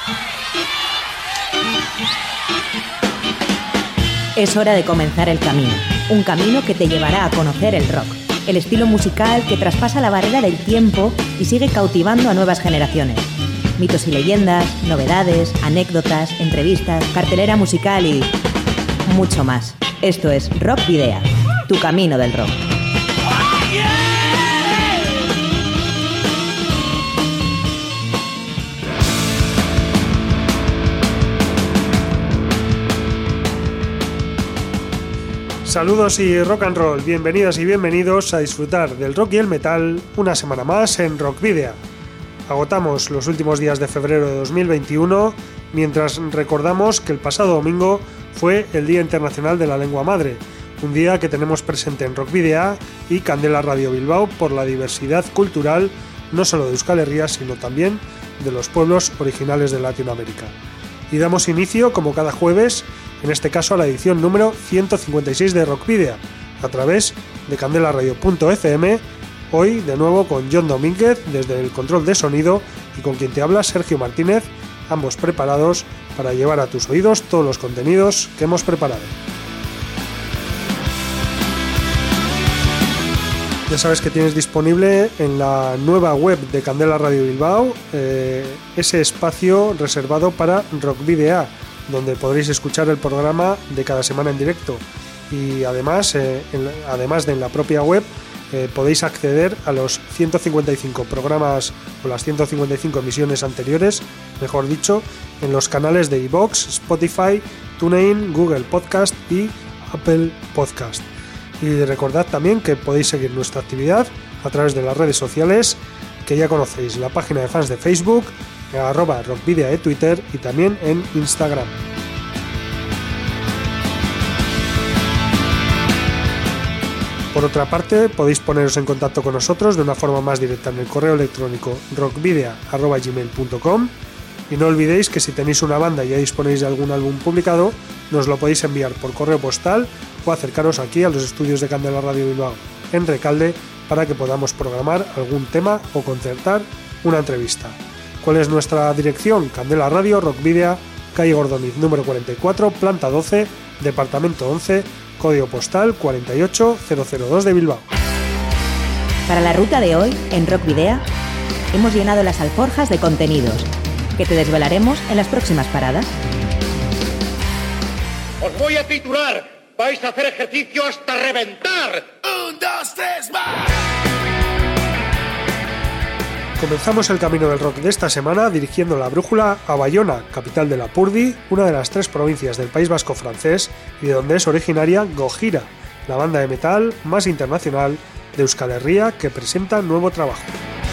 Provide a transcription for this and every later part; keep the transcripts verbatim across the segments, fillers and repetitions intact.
Es hora de comenzar el camino, un camino que te llevará a conocer el rock, el estilo musical que traspasa la barrera del tiempo y sigue cautivando a nuevas generaciones. Mitos y leyendas, novedades, anécdotas, entrevistas, cartelera musical y mucho más. Esto es Rock Video, tu camino del rock. Saludos y rock and roll, bienvenidas y bienvenidos a disfrutar del rock y el metal una semana más en Rock Video. Agotamos los últimos días de febrero de dos mil veintiuno mientras recordamos que el pasado domingo fue el Día Internacional de la Lengua Madre, un día que tenemos presente en Rock Video y Candela Radio Bilbao por la diversidad cultural no solo de Euskal Herria sino también de los pueblos originales de Latinoamérica. Y damos inicio, como cada jueves, en este caso a la edición número ciento cincuenta y seis de Rock Video, a través de candelaradio punto efe eme, hoy de nuevo con John Domínguez desde el control de sonido y con quien te habla Sergio Martínez, ambos preparados para llevar a tus oídos todos los contenidos que hemos preparado. Ya sabes que tienes disponible en la nueva web de Candela Radio Bilbao eh, ese espacio reservado para Rock Video, donde podréis escuchar el programa de cada semana en directo y además, eh, en, además de en la propia web eh, podéis acceder a los ciento cincuenta y cinco programas o las ciento cincuenta y cinco emisiones anteriores, mejor dicho, en los canales de iVoox, Spotify, TuneIn, Google Podcast y Apple Podcast. Y recordad también que podéis seguir nuestra actividad a través de las redes sociales que ya conocéis, la página de fans de Facebook, arroba rockvidea de Twitter y también en Instagram. Por otra parte, podéis poneros en contacto con nosotros de una forma más directa en el correo electrónico rockvidea arroba gmail punto com y no olvidéis que si tenéis una banda y ya disponéis de algún álbum publicado, nos lo podéis enviar por correo postal o acercaros aquí a los estudios de Candela Radio Bilbao en Recalde para que podamos programar algún tema o concertar una entrevista. ¿Cuál es nuestra dirección? Candela Radio, Rock Video, calle Gordoniz número cuarenta y cuatro, planta doce, departamento once, código postal cuarenta y ocho mil dos de Bilbao. Para la ruta de hoy, en Rock Video, hemos llenado las alforjas de contenidos que te desvelaremos en las próximas paradas. Os voy a titular, vais a hacer ejercicio hasta reventar. Un, dos, tres, más. Comenzamos el camino del rock de esta semana dirigiendo la brújula a Bayona, capital de Lapurdi, una de las tres provincias del País Vasco francés y de donde es originaria Gojira, la banda de metal más internacional de Euskal Herria que presenta nuevo trabajo.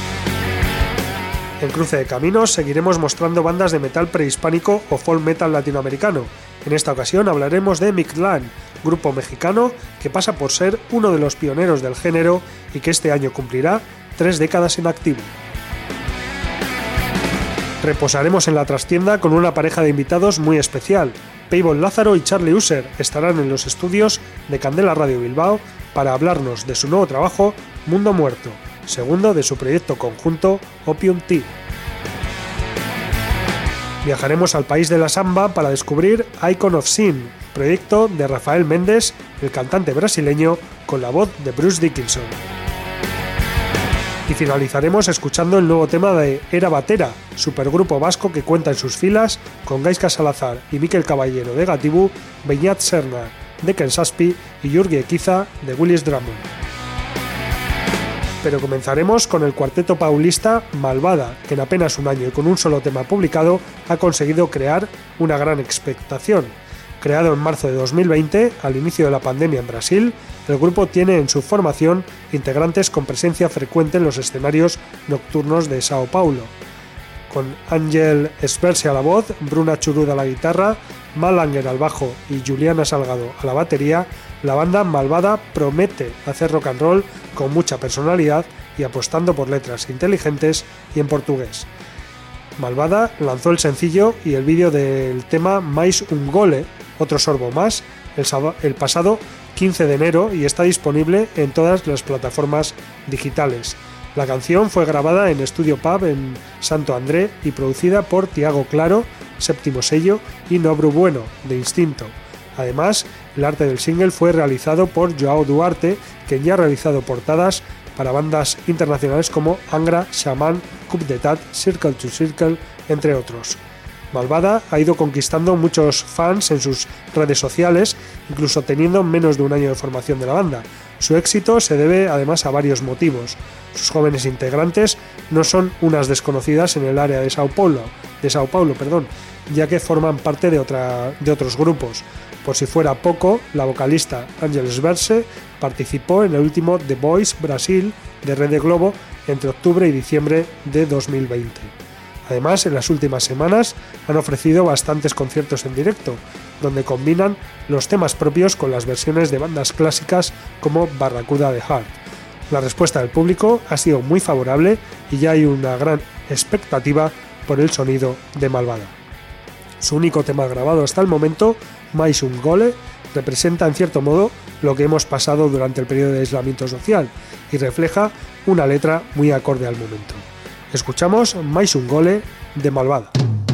En Cruce de Caminos seguiremos mostrando bandas de metal prehispánico o folk metal latinoamericano. En esta ocasión hablaremos de Mictlán, grupo mexicano que pasa por ser uno de los pioneros del género y que este año cumplirá tres décadas en activo. Reposaremos en la trastienda con una pareja de invitados muy especial. Peibon Lázaro y Charlie User estarán en los estudios de Candela Radio Bilbao para hablarnos de su nuevo trabajo Mundo Muerto, segundo de su proyecto conjunto Opium Tea. Viajaremos al país de la samba para descubrir Icon of Sin, proyecto de Rafael Méndez, el cantante brasileño, con la voz de Bruce Dickinson. Y finalizaremos escuchando el nuevo tema de Era Batera, supergrupo vasco que cuenta en sus filas con Gaizka Salazar y Mikel Caballero de Gatibu, Beñat Serna de Kensaspi y Jurgi Ekiza de Willis Drummond. Pero comenzaremos con el cuarteto paulista Malvada, que en apenas un año y con un solo tema publicado ha conseguido crear una gran expectación. Creado en marzo de dos mil veinte, al inicio de la pandemia en Brasil, el grupo tiene en su formación integrantes con presencia frecuente en los escenarios nocturnos de Sao Paulo. Con Ángel Esberse a la voz, Bruna Churuda a la guitarra, Malanger al bajo y Juliana Salgado a la batería, la banda Malvada promete hacer rock and roll con mucha personalidad y apostando por letras inteligentes y en portugués. Malvada lanzó el sencillo y el vídeo del tema Mais un Gole, otro sorbo más, el, sábado, el pasado quince de enero y está disponible en todas las plataformas digitales. La canción fue grabada en Estudio Pub en Santo André y producida por Tiago Claro, Séptimo Sello, y Nobru Bueno, de Instinto. Además, el arte del single fue realizado por Joao Duarte, quien ya ha realizado portadas para bandas internacionales como Angra, Shaman, Coup d'Etat, Circle to Circle, entre otros. Malvada ha ido conquistando muchos fans en sus redes sociales, incluso teniendo menos de un año de formación de la banda. Su éxito se debe además a varios motivos. Sus jóvenes integrantes no son unas desconocidas en el área de Sao Paulo, de Sao Paulo, perdón, ya que forman parte de, otra, de otros grupos. Por si fuera poco, la vocalista Ángeles Verse participó en el último The Voice Brasil de Rede Globo entre octubre y diciembre de dos mil veinte. Además, en las últimas semanas han ofrecido bastantes conciertos en directo, donde combinan los temas propios con las versiones de bandas clásicas como Barracuda de Heart. La respuesta del público ha sido muy favorable y ya hay una gran expectativa por el sonido de Malvada. Su único tema grabado hasta el momento, Mais un Gole, representa en cierto modo lo que hemos pasado durante el periodo de aislamiento social y refleja una letra muy acorde al momento. Escuchamos Mais un Gole de Malvada.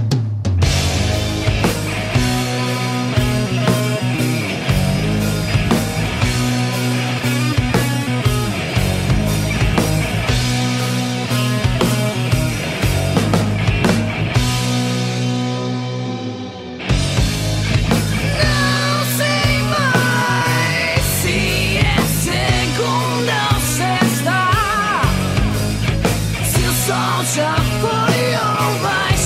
Já foi ou vai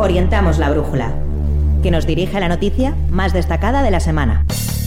orientamos la brújula, que nos dirige a la noticia más destacada de la semana.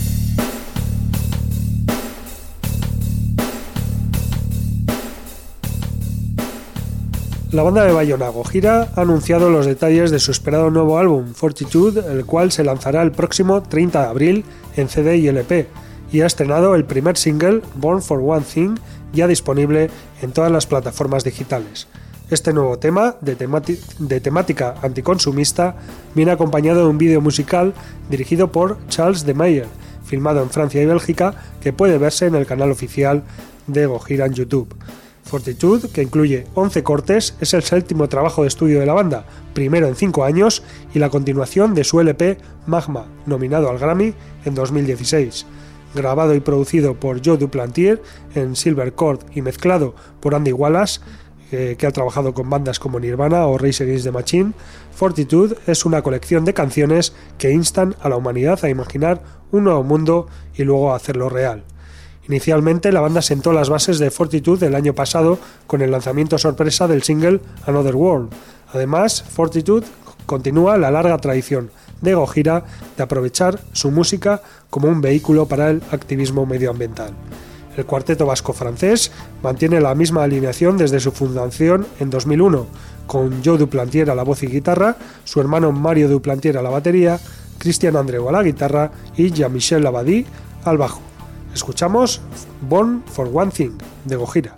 La banda de Bayona, Gojira, ha anunciado los detalles de su esperado nuevo álbum, Fortitude, el cual se lanzará el próximo treinta de abril en C D y L P, y ha estrenado el primer single, Born for One Thing, ya disponible en todas las plataformas digitales. Este nuevo tema, de, temati- de temática anticonsumista, viene acompañado de un vídeo musical dirigido por Charles de Meyer, filmado en Francia y Bélgica, que puede verse en el canal oficial de Gojira en YouTube. Fortitude, que incluye once cortes, es el séptimo trabajo de estudio de la banda, primero en cinco años, y la continuación de su L P Magma, nominado al Grammy en dos mil dieciséis. Grabado y producido por Joe Duplantier en Silvercord y mezclado por Andy Wallace, eh, que ha trabajado con bandas como Nirvana o Rage Against the Machine, Fortitude es una colección de canciones que instan a la humanidad a imaginar un nuevo mundo y luego a hacerlo real. Inicialmente la banda sentó las bases de Fortitude el año pasado con el lanzamiento sorpresa del single Another World. Además, Fortitude continúa la larga tradición de Gojira de aprovechar su música como un vehículo para el activismo medioambiental. El cuarteto vasco-francés mantiene la misma alineación desde su fundación en dos mil uno, con Joe Duplantier a la voz y guitarra, su hermano Mario Duplantier a la batería, Christian Andreu a la guitarra y Jean-Michel Labadie al bajo. Escuchamos Born for One Thing, de Gojira.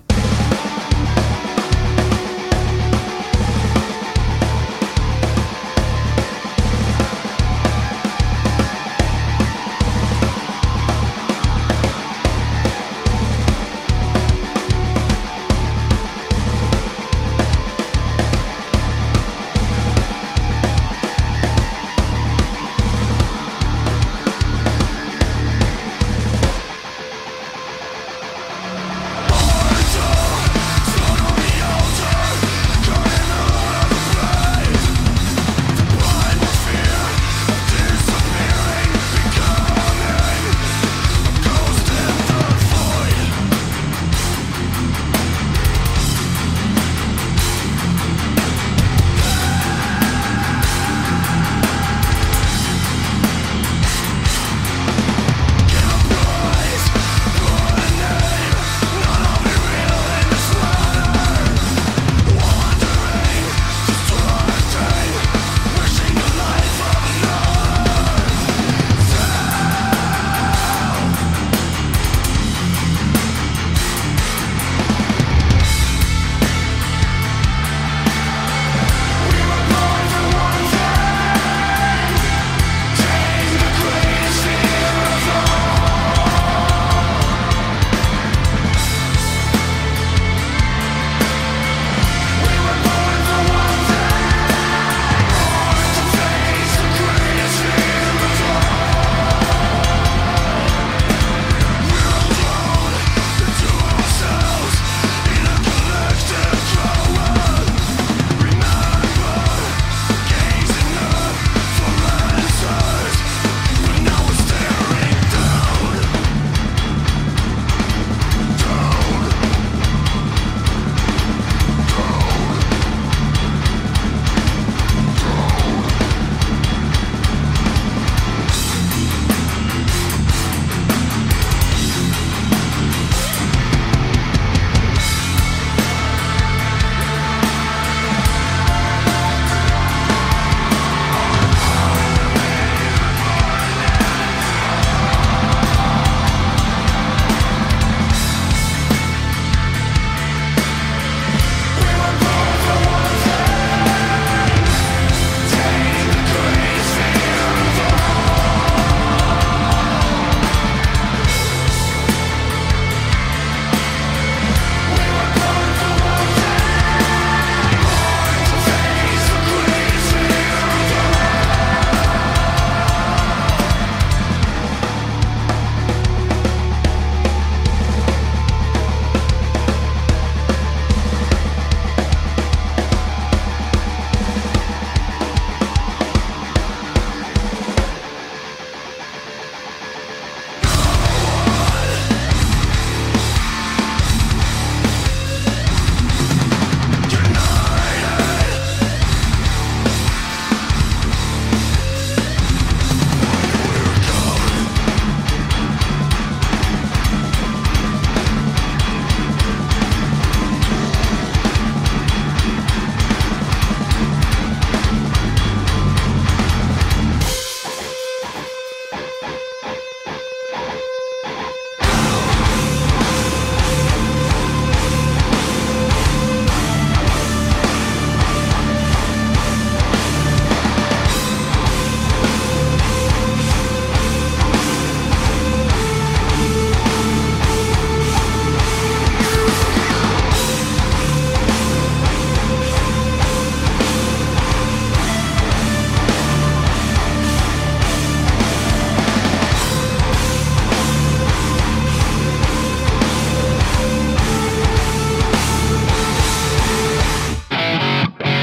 Born to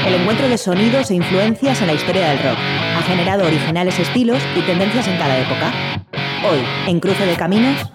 el encuentro de sonidos e influencias en la historia del rock. Ha generado originales estilos y tendencias en cada época. Hoy, en Cruce de Caminos...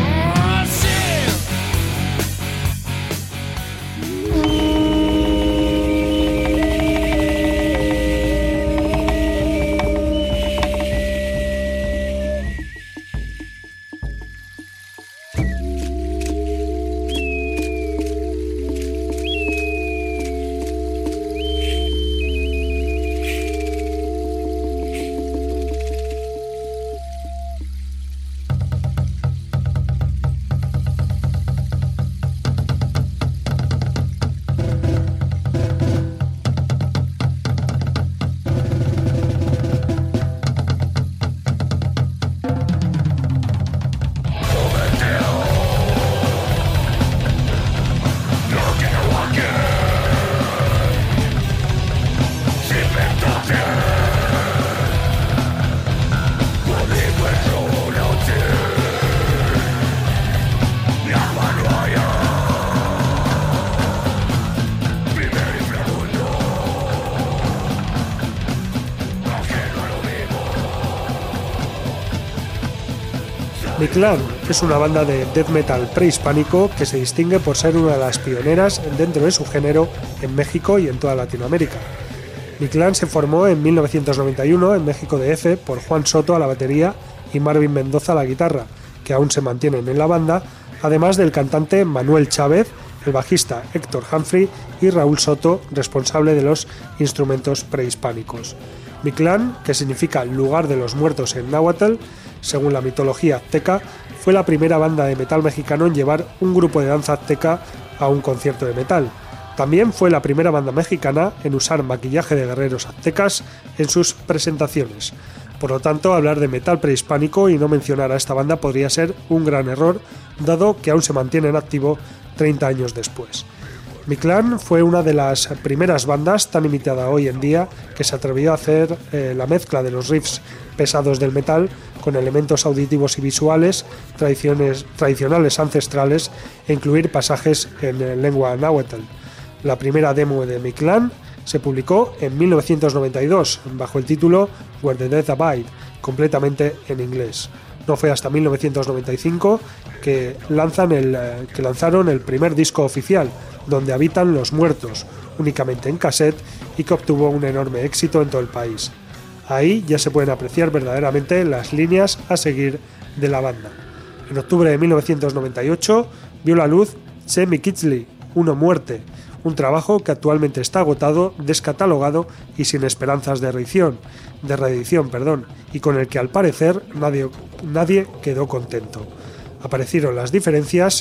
Mictlán es una banda de death metal prehispánico que se distingue por ser una de las pioneras dentro de su género en México y en toda Latinoamérica. Mictlán se formó en mil novecientos noventa y uno en México D F por Juan Soto a la batería y Marvin Mendoza a la guitarra, que aún se mantienen en la banda, además del cantante Manuel Chávez, el bajista Héctor Humphrey y Raúl Soto, responsable de los instrumentos prehispánicos. Mictlán, que significa lugar de los muertos en náhuatl, según la mitología azteca, fue la primera banda de metal mexicano en llevar un grupo de danza azteca a un concierto de metal. También fue la primera banda mexicana en usar maquillaje de guerreros aztecas en sus presentaciones. Por lo tanto, hablar de metal prehispánico y no mencionar a esta banda podría ser un gran error, dado que aún se mantiene en activo treinta años después. Mictlán fue una de las primeras bandas tan imitada hoy en día que se atrevió a hacer eh, la mezcla de los riffs pesados del metal con elementos auditivos y visuales tradicionales ancestrales e incluir pasajes en lengua náhuatl. La primera demo de Mictlán se publicó en mil novecientos noventa y dos bajo el título Where the Dead Abide, completamente en inglés. No fue hasta mil novecientos noventa y cinco que, lanzan el, que lanzaron el primer disco oficial, Donde habitan los muertos, únicamente en cassette, y que obtuvo un enorme éxito en todo el país. Ahí ya se pueden apreciar verdaderamente las líneas a seguir de la banda. En octubre de mil novecientos noventa y ocho vio la luz Che Mikitzli, Uno Muerte, un trabajo que actualmente está agotado, descatalogado y sin esperanzas de reedición, de reedición, perdón, y con el que al parecer nadie, nadie quedó contento. Aparecieron las diferencias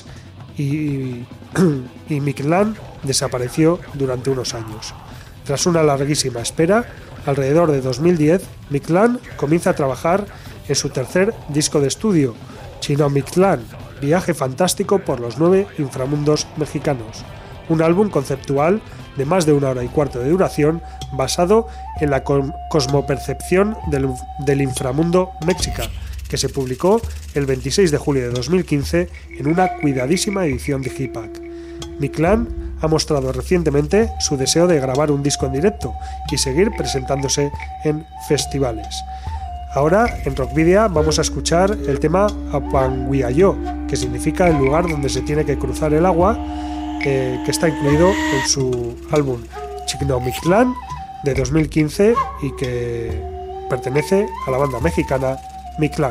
y, y Mictlán desapareció durante unos años. Tras una larguísima espera, alrededor de dos mil diez, Mictlán comienza a trabajar en su tercer disco de estudio, Chino Mictlán, viaje fantástico por los nueve inframundos mexicanos. Un álbum conceptual de más de una hora y cuarto de duración basado en la cosmopercepción del, del inframundo mexica, que se publicó el veintiséis de julio de dos mil quince en una cuidadísima edición digipack. Mictlán ha mostrado recientemente su deseo de grabar un disco en directo y seguir presentándose en festivales. Ahora, en Rockvidia, vamos a escuchar el tema Apanguiayo, que significa el lugar donde se tiene que cruzar el agua, eh, que está incluido en su álbum Chino Mictlán de dos mil quince y que pertenece a la banda mexicana Mictlán.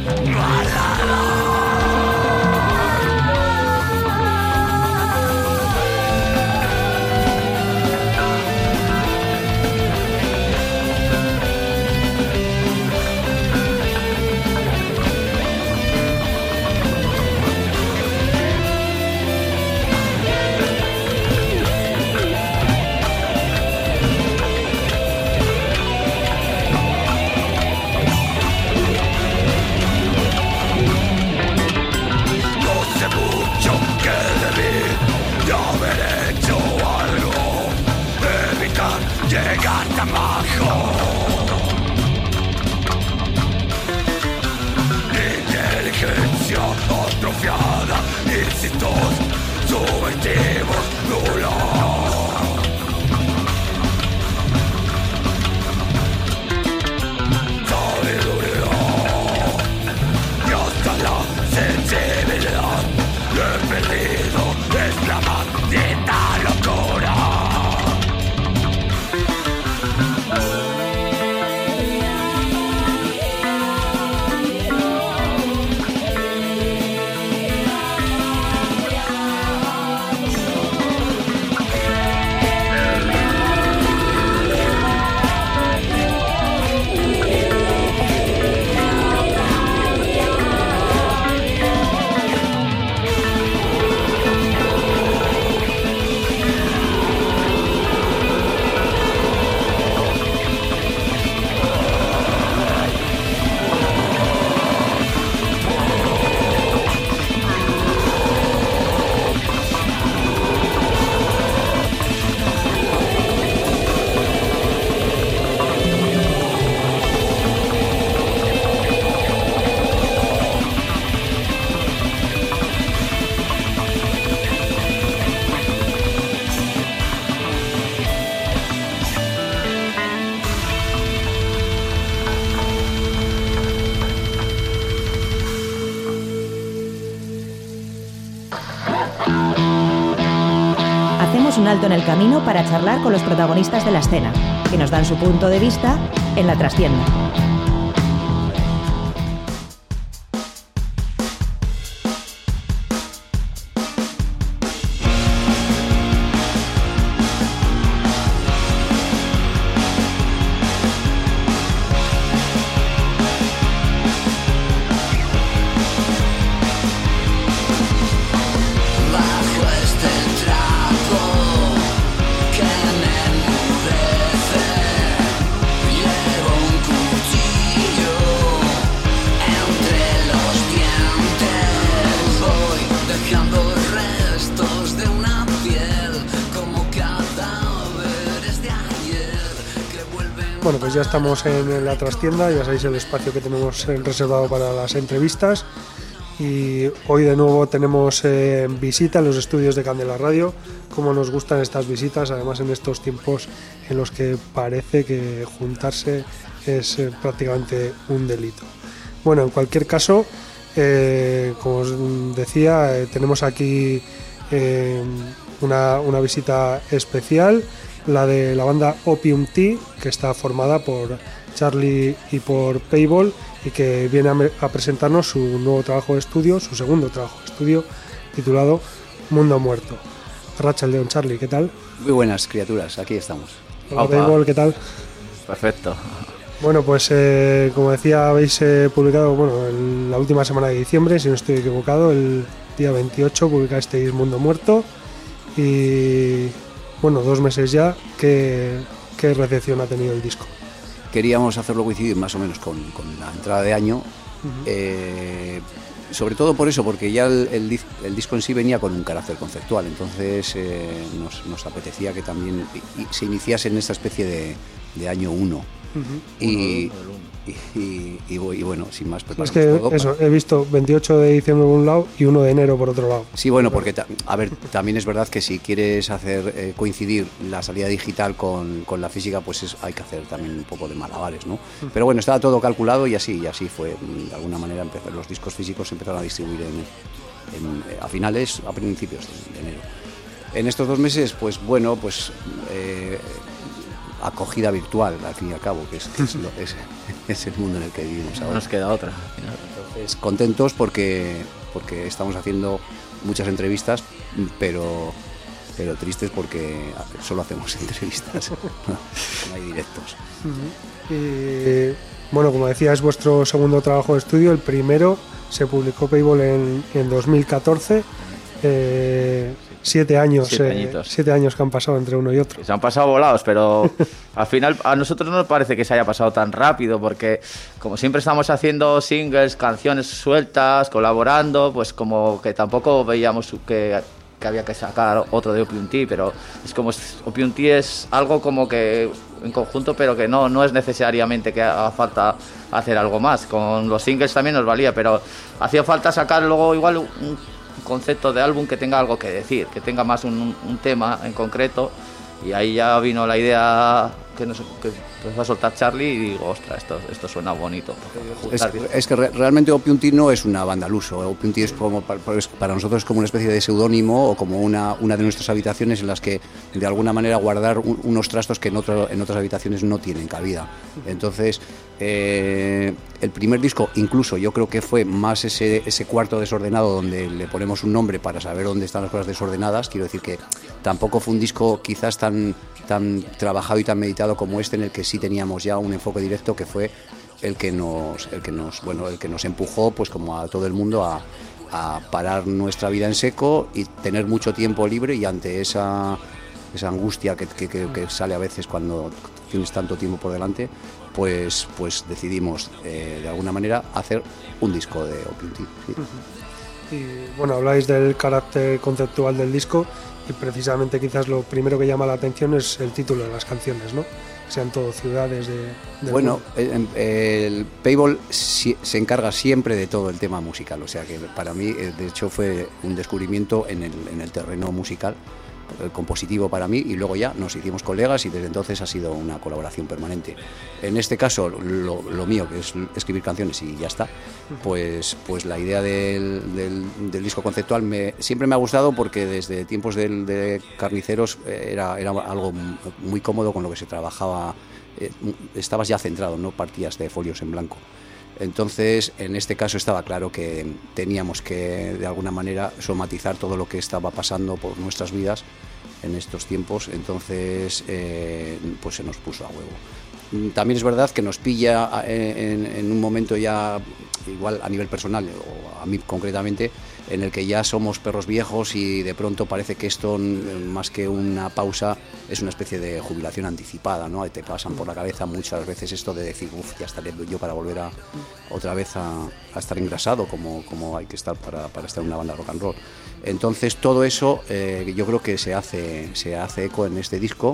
Un alto en el camino para charlar con los protagonistas de la escena, que nos dan su punto de vista en la trastienda. Bueno, pues ya estamos en la trastienda, ya sabéis el espacio que tenemos reservado para las entrevistas, y hoy de nuevo tenemos eh, visita en los estudios de Candela Radio. Como nos gustan estas visitas, además en estos tiempos en los que parece que juntarse es eh, prácticamente un delito. Bueno, en cualquier caso, eh, como os decía, eh, tenemos aquí eh, una, una visita especial, la de la banda Opium Tea, que está formada por Charlie y por Payball, y que viene a, a presentarnos su nuevo trabajo de estudio, su segundo trabajo de estudio, titulado Mundo Muerto. Rachel León, Charlie, ¿qué tal? Muy buenas criaturas, aquí estamos. Hola, Payball, ¿qué tal? Perfecto. Bueno, pues eh, como decía, habéis eh, publicado, bueno, en la última semana de diciembre, si no estoy equivocado, el día veintiocho publicasteis Mundo Muerto, y bueno, dos meses ya. ¿Qué, qué recepción ha tenido el disco? Queríamos hacerlo coincidir más o menos con, con la entrada de año, uh-huh. eh, sobre todo por eso, porque ya el, el, el disco en sí venía con un carácter conceptual, entonces eh, nos, nos apetecía que también se iniciase en esta especie de, de año uno. Uh-huh. y, y, y, y, y bueno, sin más, preparamos es que todo eso, para... he visto veintiocho de diciembre por un lado y uno de enero por otro lado. Sí, bueno, porque ta- a ver, también es verdad que si quieres hacer eh, coincidir la salida digital con, con la física, pues es, hay que hacer también un poco de malabares, ¿no? Uh-huh. Pero bueno, estaba todo calculado y así, y así fue. De alguna manera empezó, los discos físicos se empezaron a distribuir en, en, a finales, a principios de, de enero. En estos dos meses, pues bueno, pues... Eh, acogida virtual, al fin y al cabo, que es, que es, lo, es, es el mundo en el que vivimos ahora. No nos queda otra. Pues contentos porque, porque estamos haciendo muchas entrevistas, pero, pero tristes porque solo hacemos entrevistas, no, no hay directos. Uh-huh. Y, bueno, como decía, es vuestro segundo trabajo de estudio. El primero se publicó Payball en, en dos mil catorce. Eh, siete años siete, eh, siete años que han pasado entre uno y otro. Se han pasado volados, pero al final a nosotros no nos parece que se haya pasado tan rápido, porque como siempre estamos haciendo singles, canciones sueltas, colaborando, pues como que tampoco veíamos que, que había que sacar otro de Opium Tea, pero es como Opium Tea es algo como que en conjunto, pero que no, no es necesariamente que haga falta hacer algo más. Con los singles también nos valía, pero hacía falta sacar luego igual un concepto de álbum que tenga algo que decir, que tenga más un, un tema en concreto, y ahí ya vino la idea que nos que empezó a soltar Charlie y digo, ostras, esto, esto suena bonito. Es, es que re, realmente Opium Tea no es una banda al uso. Opium Tea es como, para nosotros es como una especie de seudónimo o como una, una de nuestras habitaciones en las que de alguna manera guardar un, unos trastos que en, otro, en otras habitaciones no tienen cabida. Entonces eh, el primer disco incluso yo creo que fue más ese, ese cuarto desordenado donde le ponemos un nombre para saber dónde están las cosas desordenadas. Quiero decir que tampoco fue un disco quizás tan, tan trabajado y tan meditado como este, en el que sí teníamos ya un enfoque directo, que fue el que nos, el que nos, bueno, el que nos empujó, pues como a todo el mundo, a, a parar nuestra vida en seco y tener mucho tiempo libre, y ante esa, esa angustia que, que, que, que sale a veces cuando tienes tanto tiempo por delante, pues, pues decidimos eh, de alguna manera hacer un disco de Opium Tea. Sí. Uh-huh. Y bueno, habláis del carácter conceptual del disco, y precisamente quizás lo primero que llama la atención es el título de las canciones, ¿no? Sean todo ciudades de... de bueno, el, el Payball si, se encarga siempre de todo el tema musical, o sea que para mí, de hecho, fue un descubrimiento en el, en el terreno musical, el compositivo para mí, y luego ya nos hicimos colegas y desde entonces ha sido una colaboración permanente. En este caso, lo, lo mío, que es escribir canciones y ya está, pues, pues la idea del, del, del disco conceptual me, siempre me ha gustado, porque desde tiempos del, de Carniceros era, era algo muy cómodo con lo que se trabajaba, eh, estabas ya centrado, no partías de folios en blanco. Entonces, en este caso estaba claro que teníamos que, de alguna manera, somatizar todo lo que estaba pasando por nuestras vidas en estos tiempos. Entonces, eh, pues se nos puso a huevo. También es verdad que nos pilla en, en un momento ya, igual a nivel personal, o a mí concretamente, en el que ya somos perros viejos y de pronto parece que esto, más que una pausa, es una especie de jubilación anticipada, ¿no? Te pasan por la cabeza muchas veces esto de decir, uff, ya estaré yo para volver a, otra vez a, a estar engrasado como, como hay que estar para, para estar en una banda rock and roll. Entonces todo eso eh, yo creo que se hace, se hace eco en este disco,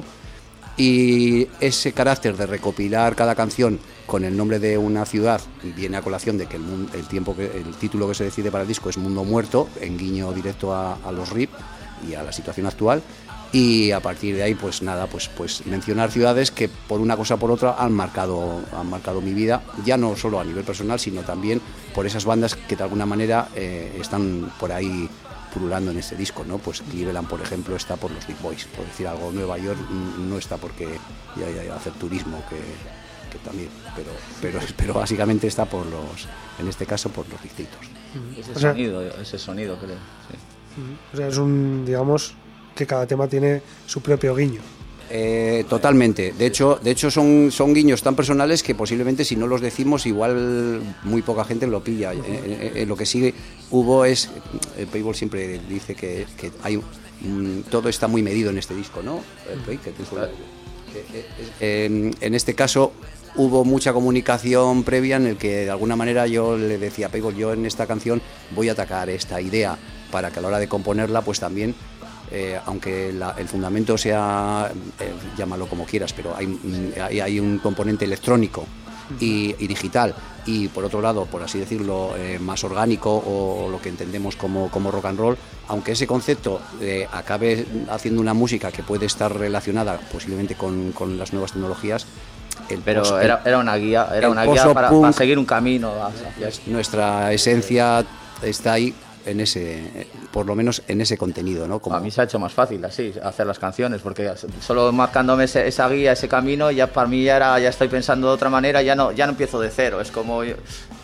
y ese carácter de recopilar cada canción con el nombre de una ciudad viene a colación de que el, mundo, el, tiempo que, el título que se decide para el disco es Mundo Muerto, en guiño directo a, a los R I P y a la situación actual, y a partir de ahí pues nada, pues, pues mencionar ciudades que por una cosa o por otra han marcado, han marcado mi vida, ya no solo a nivel personal, sino también por esas bandas que de alguna manera eh, están por ahí pululando en este disco, ¿no? Pues Cleveland, por ejemplo, está por los Big Boys, por decir algo. Nueva York no está porque ya hay hacer turismo, que, que también, pero, pero, pero básicamente está por los, en este caso, por los distritos. Ese o sea, sonido, ese sonido, creo. Sí. O sea, es un, digamos, que cada tema tiene su propio guiño. Eh, totalmente. De hecho, de hecho son, son guiños tan personales que posiblemente si no los decimos igual muy poca gente lo pilla. Uh-huh. eh, eh, lo que sí hubo es, el Payball siempre dice que, que hay um, todo está muy medido en este disco, ¿no? Uh-huh. Que, que, que, eh, en este caso hubo mucha comunicación previa en el que de alguna manera yo le decía a Payball, yo en esta canción voy a atacar esta idea para que a la hora de componerla pues también Eh, aunque la, el fundamento sea, eh, llámalo como quieras, pero hay, hay, hay un componente electrónico y, y digital, y por otro lado, por así decirlo, eh, más orgánico, o, o lo que entendemos como, como rock and roll, aunque ese concepto eh, acabe haciendo una música que puede estar relacionada posiblemente con, con las nuevas tecnologías. El pero post, era, era una guía, era una guía para, para seguir un camino hacia esto. Nuestra esencia está ahí, en ese, por lo menos en ese contenido, ¿no? Como... A mí se ha hecho más fácil así hacer las canciones, porque solo marcándome ese, esa guía, ese camino, ya para mí ya era, ya estoy pensando de otra manera, ya no, ya no empiezo de cero. Es como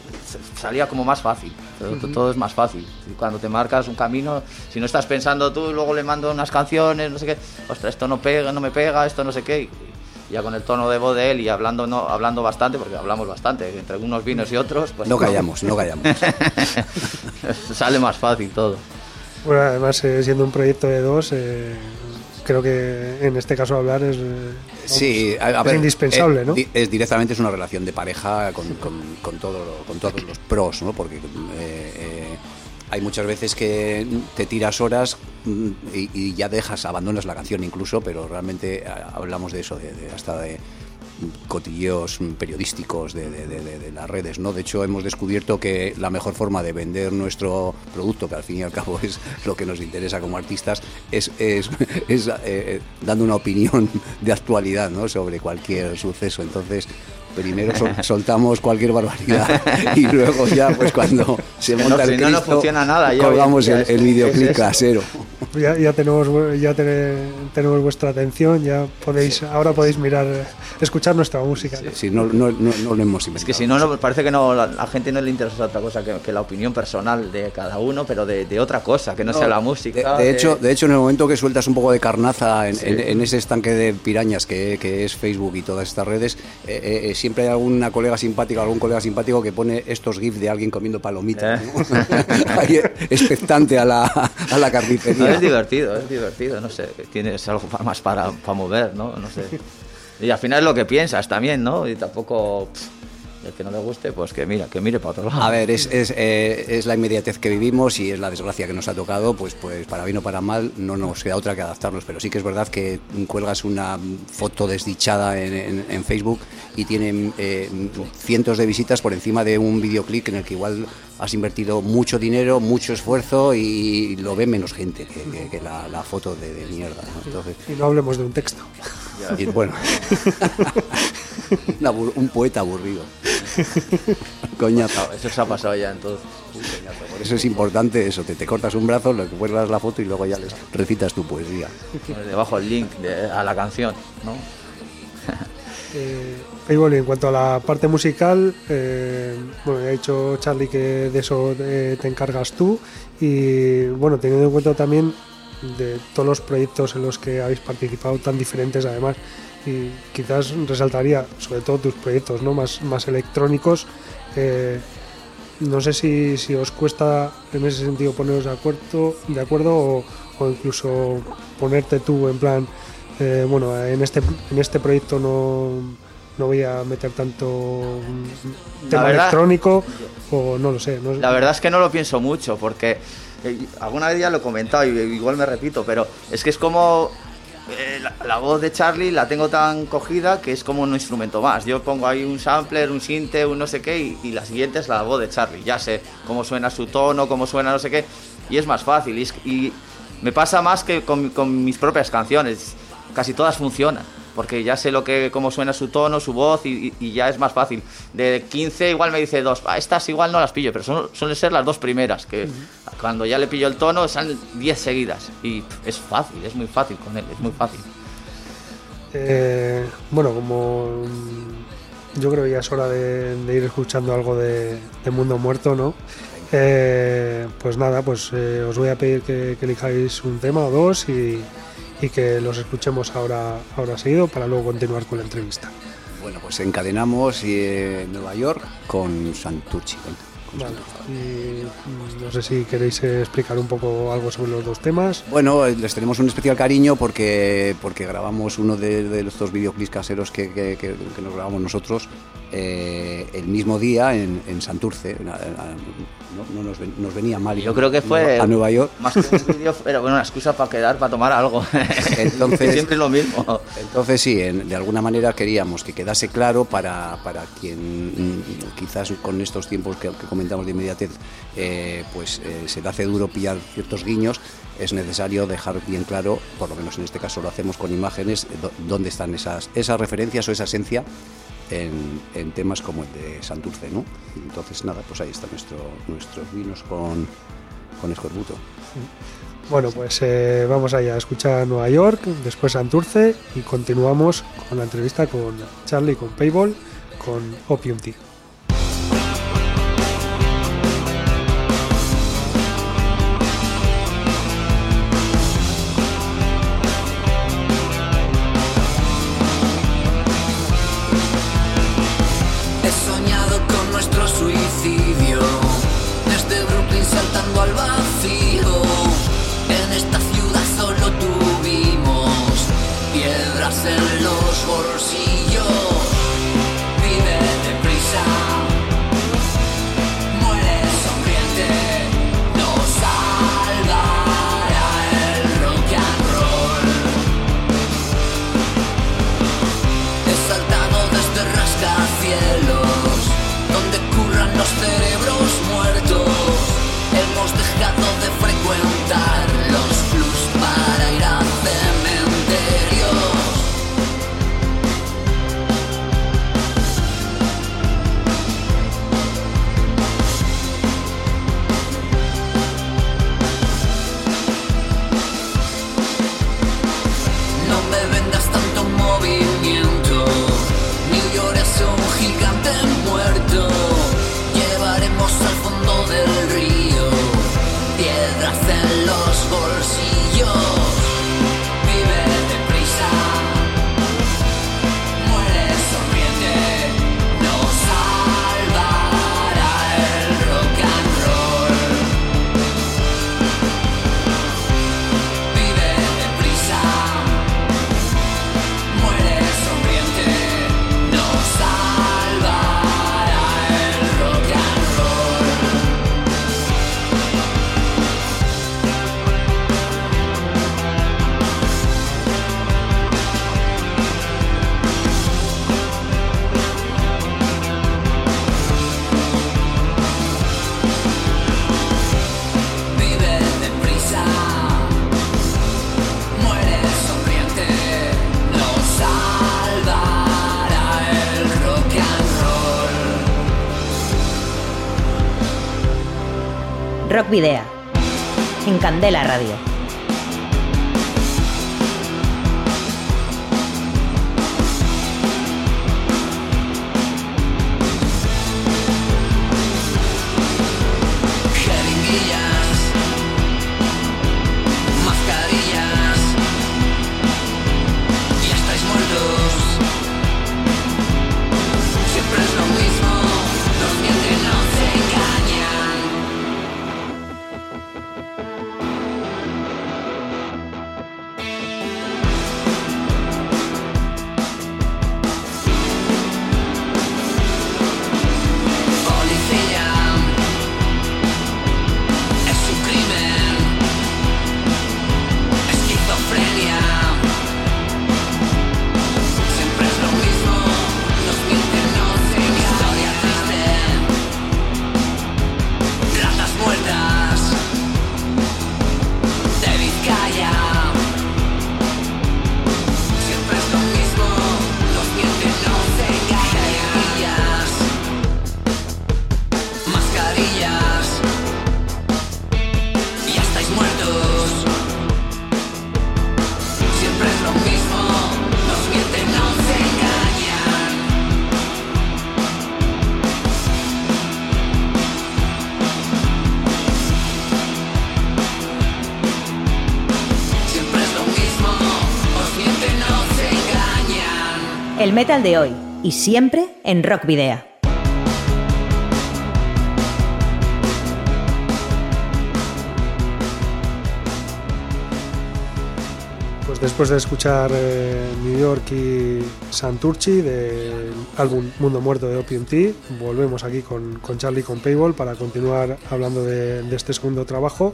salía como más fácil, todo, uh-huh. todo es más fácil. Y cuando te marcas un camino, si no estás pensando tú y luego le mando unas canciones, no sé qué, ostras, esto no pega, no me pega, esto no sé qué, y ya con el tono de voz de él y hablando no hablando bastante, porque hablamos bastante, entre unos vinos y otros, pues... No callamos, no callamos. Sale más fácil todo. Bueno, además, eh, siendo un proyecto de dos... Eh... Creo que en este caso hablar es, vamos, sí, a, a es ver, indispensable, es, ¿no? Es directamente es una relación de pareja con, con, con, todo, con todos los pros, ¿no? Porque eh, eh, hay muchas veces que te tiras horas y, y ya dejas, abandonas la canción incluso, pero realmente hablamos de eso, de, de hasta de cotilleos periodísticos de, de, de, de las redes, ¿no? De hecho, hemos descubierto que la mejor forma de vender nuestro producto, que al fin y al cabo es lo que nos interesa como artistas, es, es, es eh, dando una opinión de actualidad, ¿no? Sobre cualquier suceso. Entonces, primero sol, soltamos cualquier barbaridad y luego ya, pues cuando se monta no, el si Cristo, no, no funciona nada, ya colgamos el, el videoclip es casero. Ya, ya tenemos ya te, tenemos vuestra atención, ya podéis sí, ahora podéis mirar, escuchar nuestra música. Sí, sí, no, no, no, no lo hemos inventado. Es que si no, no parece que no, la, la gente no le interesa otra cosa que, que la opinión personal de cada uno, pero de, de otra cosa, que no, no sea la música. De, de, de... hecho, de hecho, en el momento que sueltas un poco de carnaza en, sí. en, en ese estanque de pirañas que, que es Facebook y todas estas redes, eh, eh, siempre hay alguna colega simpática, algún colega simpático que pone estos gifs de alguien comiendo palomitas, ¿no? Ahí expectante a la, a la carnicería. No, es divertido, es divertido, no sé, tienes algo más para, para mover, ¿no? No sé. Y al final es lo que piensas también, ¿no? Y tampoco... Pff, el que no le guste, pues que mira, que mire para otro lado. A ver, es, es, eh, es la inmediatez que vivimos y es la desgracia que nos ha tocado, pues, pues para bien o para mal no nos queda otra que adaptarnos, pero sí que es verdad que cuelgas una foto desdichada en, en, en Facebook y tienen eh, cientos de visitas por encima de un videoclip en el que igual has invertido mucho dinero, mucho esfuerzo y lo ve menos gente que, que, que la, la foto de, de mierda, ¿no? Entonces, y no hablemos de un texto. Y, bueno, un poeta aburrido. Coñazo. Eso se ha pasado ya entonces. Por eso es importante eso, te, te cortas un brazo, le cuelgas la foto y luego ya les recitas tu poesía. Debajo el link de, a la canción, ¿no? Eh, y bueno, en cuanto a la parte musical, eh, bueno, ha dicho Charlie que de eso te, te encargas tú y bueno, teniendo en cuenta también de todos los proyectos en los que habéis participado tan diferentes además, y quizás resaltaría sobre todo tus proyectos, ¿no? más, más electrónicos, eh, no sé si, si os cuesta en ese sentido poneros de acuerdo, de acuerdo o, o incluso ponerte tú en plan eh, bueno, en este, en este proyecto no, no voy a meter tanto tema verdad, electrónico o no lo sé, no sé. La verdad es que no lo pienso mucho porque eh, alguna vez ya lo he comentado y igual me repito, pero es que es como eh, la, la voz de Charlie la tengo tan cogida que es como un instrumento más. Yo pongo ahí un sampler, un sinte, un no sé qué y, y la siguiente es la voz de Charlie. Ya sé cómo suena su tono, cómo suena no sé qué y es más fácil y, y me pasa más que con, con mis propias canciones. Casi todas funcionan, porque ya sé lo que cómo suena su tono, su voz y, y ya es más fácil. De quince igual me dice dos, ah, estas igual no las pillo, pero son, suelen ser las dos primeras, que uh-huh. cuando ya le pillo el tono salen diez seguidas y pff, es fácil, es muy fácil con él, es muy fácil. Eh, bueno, como yo creo que ya es hora de, de ir escuchando algo de, de Mundo Muerto, ¿no? Eh, pues nada, pues eh, os voy a pedir que, que elijáis un tema o dos y y que los escuchemos ahora, ahora seguido para luego continuar con la entrevista. Bueno, pues encadenamos eh, Nueva York con Santurce. Con vale. Y no sé si queréis explicar un poco algo sobre los dos temas. Bueno, les tenemos un especial cariño porque, porque grabamos uno de, de estos videoclips caseros que, que, que, que nos grabamos nosotros eh, el mismo día en, en Santurce. No, no nos, ven, nos venía mal. Yo creo que fue a Nueva York. Más que un vídeo, era bueno, una excusa para quedar, para tomar algo. Entonces, siempre es lo mismo. Entonces sí, en, de alguna manera queríamos que quedase claro para, para quien quizás con estos tiempos que, que comentamos de inmediatez, eh, pues eh, se le hace duro pillar ciertos guiños. Es necesario dejar bien claro, por lo menos en este caso lo hacemos con imágenes, dónde están esas, esas referencias o esa esencia. En, en temas como el de Santurce, ¿no? Entonces nada, pues ahí están nuestro, nuestros vinos con, con escorbuto. Bueno, pues eh, vamos allá a escuchar Nueva York, después Santurce y continuamos con la entrevista con Charlie, con Payball, con Opium Tea. Rock Video, en Candela Radio. El metal de hoy y siempre en Rock Video. Pues después de escuchar eh, New York y Santurci del álbum Mundo Muerto de Opium Tea, volvemos aquí con, con Charlie con Paywall para continuar hablando de, de este segundo trabajo.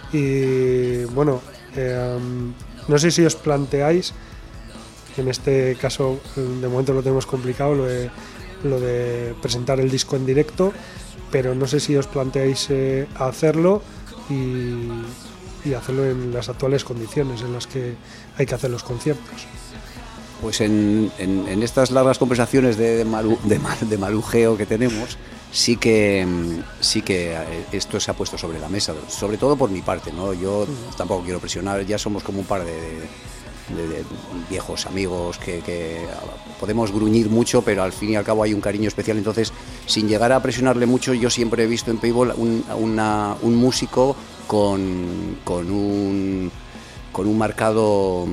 Y bueno, eh, no sé si os planteáis, en este caso de momento lo tenemos complicado, lo de, lo de presentar el disco en directo, pero no sé si os planteáis eh, hacerlo y, y hacerlo en las actuales condiciones en las que hay que hacer los conciertos. Pues en, en, en estas largas conversaciones de, de, malu, de, mal, de malujeo que tenemos, sí que sí que esto se ha puesto sobre la mesa, sobre todo por mi parte, ¿no? Yo tampoco quiero presionar, ya somos como un par de, de De, de viejos amigos que, que podemos gruñir mucho, pero al fin y al cabo hay un cariño especial. Entonces, sin llegar a presionarle mucho, yo siempre he visto en Paywall un, una, un músico con, con un con un marcado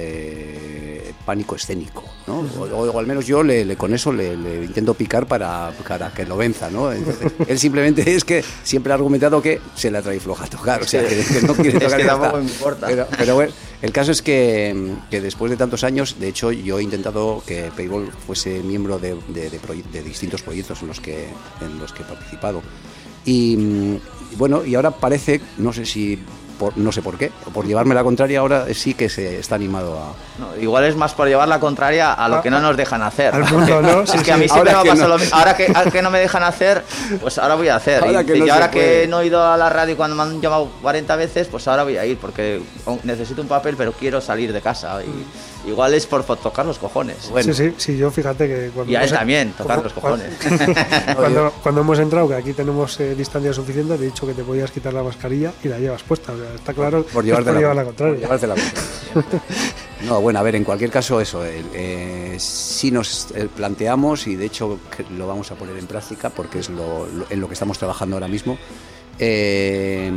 eh, pánico escénico, ¿no? O, o, o al menos yo le, le, con eso le, le intento picar para, para que lo venza, ¿no? Entonces, él simplemente es que siempre ha argumentado que se la trae floja a tocar, o sea, que, que no quiere tocar. Es que tampoco me importa. Pero, pero bueno, el caso es que, que después de tantos años, de hecho, yo he intentado que Paywall fuese miembro de, de, de, proye- de distintos proyectos en los que en los que he participado. Y, y bueno, y ahora parece, no sé si Por, no sé por qué, por llevarme la contraria, ahora sí que se está animado a... No, igual es más por llevar la contraria a lo que no nos dejan hacer. Al mundo, ¿no? Es Sí, que sí. a mí siempre Ahora me ha que pasado no. lo mismo. Ahora que, ahora que no me dejan hacer, pues ahora voy a hacer. Ahora y que no y se ahora puede. que no he ido a la radio cuando me han llamado cuarenta veces, pues ahora voy a ir, porque necesito un papel, pero quiero salir de casa. Y igual es por, por tocar los cojones. Bueno. Sí, sí, sí, yo fíjate que cuando... Y a él hemos- también, tocar como- los cojones. Cuando, cuando hemos entrado, que aquí tenemos eh, distancia suficiente, te he dicho que te podías quitar la mascarilla y la llevas puesta. O sea, está claro, por es llevarte por la, llevar la contraria. por llevarte la contraria. No, bueno, a ver, en cualquier caso eso, eh, eh, sí nos eh, planteamos, y de hecho que lo vamos a poner en práctica porque es lo, lo- en lo que estamos trabajando ahora mismo, eh,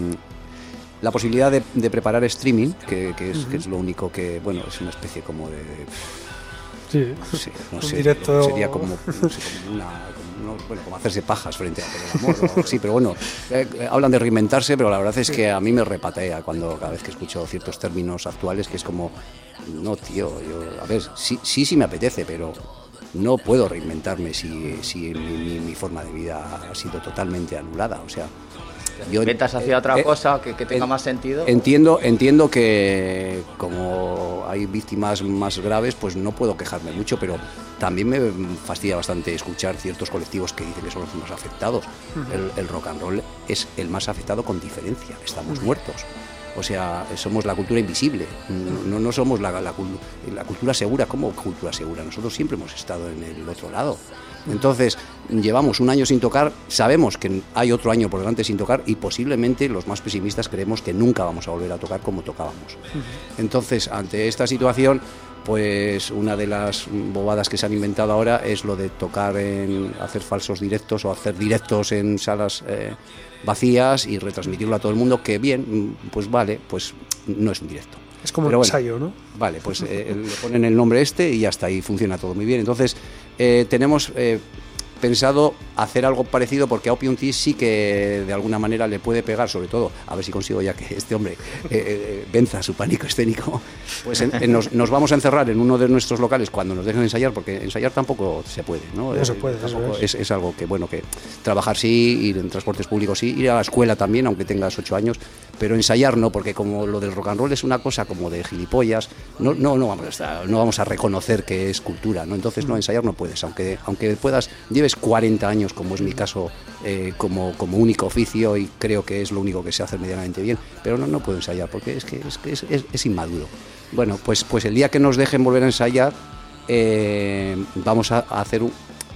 la posibilidad de, de preparar streaming, que, que, es, uh-huh. que es lo único que, bueno, es una especie como de... Sí, Sí, no un sé, directo... sería como, no sé, como una, como, no, bueno, como hacerse pajas frente a por el amor, o, sí, pero bueno, eh, eh, hablan de reinventarse, pero la verdad es que a mí me repatea cuando cada vez que escucho ciertos términos actuales, que es como, no, tío, yo, a ver, sí, sí, sí me apetece, pero no puedo reinventarme si, si mi, mi, mi forma de vida ha sido totalmente anulada, o sea... Yo, ¿Inventas hacia eh, otra eh, cosa que, que tenga eh, más sentido? Entiendo, entiendo que como hay víctimas más graves, pues no puedo quejarme mucho, pero también me fastidia bastante escuchar ciertos colectivos que dicen que son los más afectados. Uh-huh. el, el rock and roll es el más afectado con diferencia, estamos uh-huh. muertos. O sea, somos la cultura invisible, no, no somos la, la, la cultura segura. ¿Cómo cultura segura? Nosotros siempre hemos estado en el otro lado. Entonces, llevamos un año sin tocar, sabemos que hay otro año por delante sin tocar y posiblemente los más pesimistas creemos que nunca vamos a volver a tocar como tocábamos. Entonces, ante esta situación, pues una de las bobadas que se han inventado ahora es lo de tocar en hacer falsos directos o hacer directos en salas eh, vacías y retransmitirlo a todo el mundo, que bien, pues vale, pues no es un directo. Es como Pero un bueno, ensayo, ¿no? Vale, pues eh, le ponen el nombre este y ya está, y funciona todo muy bien. Entonces, eh, tenemos eh, pensado hacer algo parecido, porque a Opium Tea sí que de alguna manera le puede pegar, sobre todo, a ver si consigo ya que este hombre eh, eh, venza su pánico escénico, pues en, en nos, nos vamos a encerrar en uno de nuestros locales cuando nos dejen ensayar, porque ensayar tampoco se puede, ¿no? No se puede, eso es. Es, es algo que, bueno, que trabajar sí, ir en transportes públicos sí, ir a la escuela también, aunque tengas ocho años, pero ensayar no, porque como lo del rock and roll es una cosa como de gilipollas, no, no, no, vamos, a estar, no vamos a reconocer que es cultura, ¿no? Entonces, no, ensayar no puedes, aunque, aunque puedas, lleves cuarenta años, como es mi caso, eh, como, como único oficio, y creo que es lo único que sé hacer medianamente bien, pero no, no puedo ensayar, porque es que es, que es, es, es inmaduro. Bueno, pues, pues el día que nos dejen volver a ensayar, eh, vamos a, a hacer un,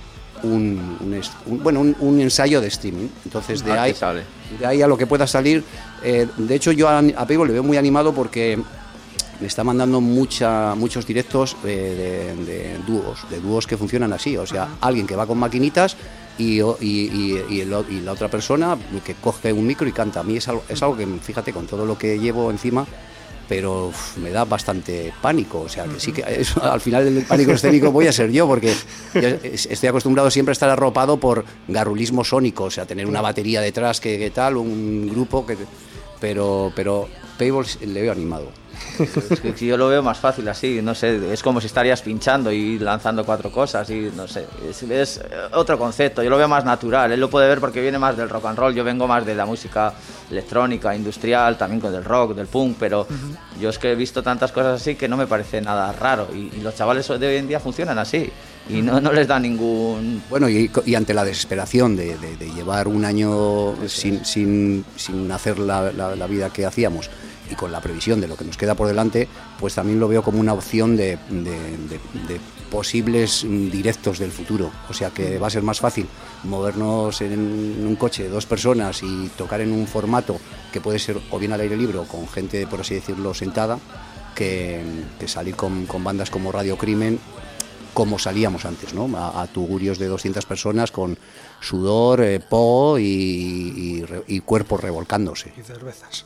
un, un, un, bueno, un, un ensayo de streaming. Entonces, de ahí, de ahí a lo que pueda salir, eh, de hecho yo a, a Pego le veo muy animado porque me está mandando mucha, muchos directos de, de, de dúos, de dúos que funcionan así, o sea, alguien que va con maquinitas y, y, y, y, el, y la otra persona que coge un micro y canta. A mí es algo, es algo que, fíjate, con todo lo que llevo encima, pero uf, me da bastante pánico, o sea, que sí que eso, al final el pánico escénico voy a ser yo, porque yo estoy acostumbrado siempre a estar arropado por garrulismo sónico, o sea, tener una batería detrás que, que tal, un grupo que... Pero, pero Payball le veo animado. Es que yo lo veo más fácil así, no sé, es como si estarías pinchando y lanzando cuatro cosas y no sé, es, es otro concepto, yo lo veo más natural, él lo puede ver porque viene más del rock and roll, yo vengo más de la música electrónica, industrial, también con del rock, del punk, pero uh-huh. yo es que he visto tantas cosas así que no me parece nada raro y, y los chavales de hoy en día funcionan así y no, no les da ningún... Bueno, y, y ante la desesperación de, de, de llevar un año sin, sin, sin hacer la, la, la vida que hacíamos y con la previsión de lo que nos queda por delante, pues también lo veo como una opción de, de, de, de posibles directos del futuro. O sea que va a ser más fácil movernos en un coche de dos personas y tocar en un formato que puede ser o bien al aire libre o con gente, por así decirlo, sentada, que, que salir con, con bandas como Radio Crimen, como salíamos antes, ¿no? A, a tugurios de doscientas personas con sudor, eh, po y, y, y cuerpos revolcándose. Y cervezas.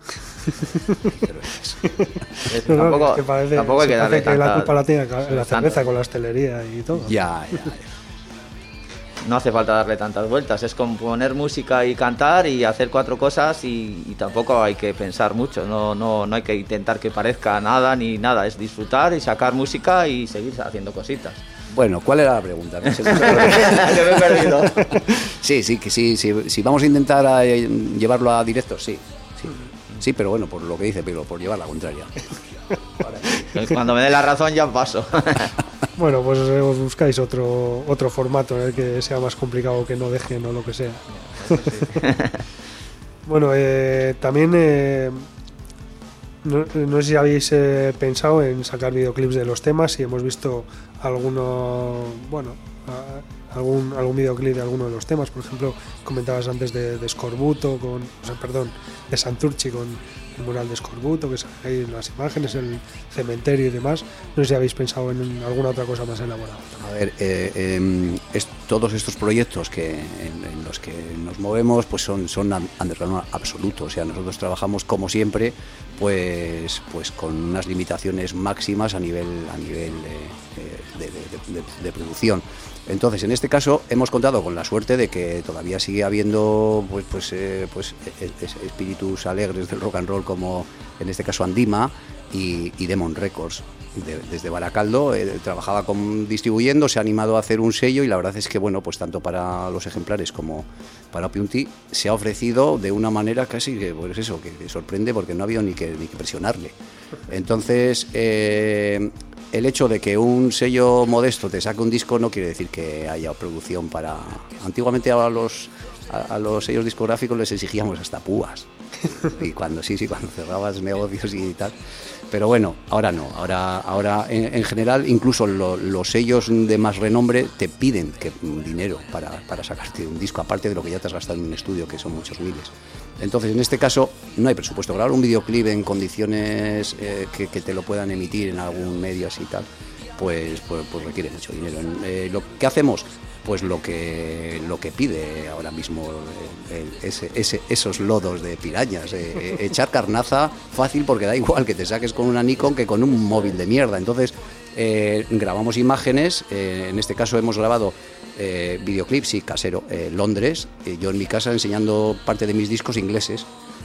No, no, tampoco, es que parece, tampoco hay que darle que la tanta, culpa la tiene la cerveza tanto. Con la hostelería y todo. Ya, ya, ya. No hace falta darle tantas vueltas, es componer música y cantar y hacer cuatro cosas y, y tampoco hay que pensar mucho, no, no, no hay que intentar que parezca nada ni nada, es disfrutar y sacar música y seguir haciendo cositas. Bueno, ¿cuál era la pregunta? No sé. Que me he perdido. Sí, sí, que sí, sí, sí, vamos a intentar a, eh, llevarlo a directo, sí, sí, sí, pero bueno, por lo que dice, pero por llevar la contraria. Vale. Cuando me dé la razón ya paso. Bueno, pues os buscáis otro otro formato en el que sea más complicado, que no dejen o lo que sea. Bueno, eh, también eh, no, no sé si habéis eh, pensado en sacar videoclips de los temas, y hemos visto alguno, bueno, a, algún algún videoclip de alguno de los temas. Por ejemplo, comentabas antes de, de Scorbuto, con, o sea, perdón, de Santurci con el mural de Scorbuto, que sale ahí en las imágenes, el cementerio y demás. No sé si habéis pensado en alguna otra cosa más elaborada. A ver, eh, eh, es, todos estos proyectos que en, en los que nos movemos pues son, son underground absoluto. O sea, nosotros trabajamos como siempre pues, pues con unas limitaciones máximas a nivel, a nivel eh, de, de, de, de producción. Entonces, en este caso hemos contado con la suerte de que todavía sigue habiendo pues, pues, eh, pues espíritus alegres del rock and roll, como en este caso Andima y, y Demon Records. De, desde Baracaldo eh, trabajaba con distribuyendo, se ha animado a hacer un sello, y la verdad es que bueno, pues tanto para los ejemplares como para Opium Tea se ha ofrecido de una manera casi que pues eso, que, que sorprende, porque no ha habido ni que, ni que presionarle. Entonces eh, el hecho de que un sello modesto te saque un disco no quiere decir que haya producción para... Antiguamente a los, a, a los sellos discográficos les exigíamos hasta púas. Y cuando sí, sí, cuando cerrabas negocios y tal. Pero bueno, ahora no, ahora, ahora en, en general incluso lo, los sellos de más renombre te piden que, dinero para, para sacarte un disco, aparte de lo que ya te has gastado en un estudio, que son muchos miles. Entonces, en este caso, no hay presupuesto. Grabar un videoclip en condiciones eh, que, que te lo puedan emitir en algún medio así y tal, pues, pues, pues requiere mucho dinero. Eh, lo que hacemos, pues lo que lo que pide ahora mismo el, el, ese, ese, esos lodos de pirañas, eh, echar carnaza fácil, porque da igual que te saques con una Nikon que con un móvil de mierda. Entonces eh, grabamos imágenes, eh, en este caso hemos grabado eh, videoclips y casero, eh, Londres, eh, yo en mi casa enseñando parte de mis discos ingleses.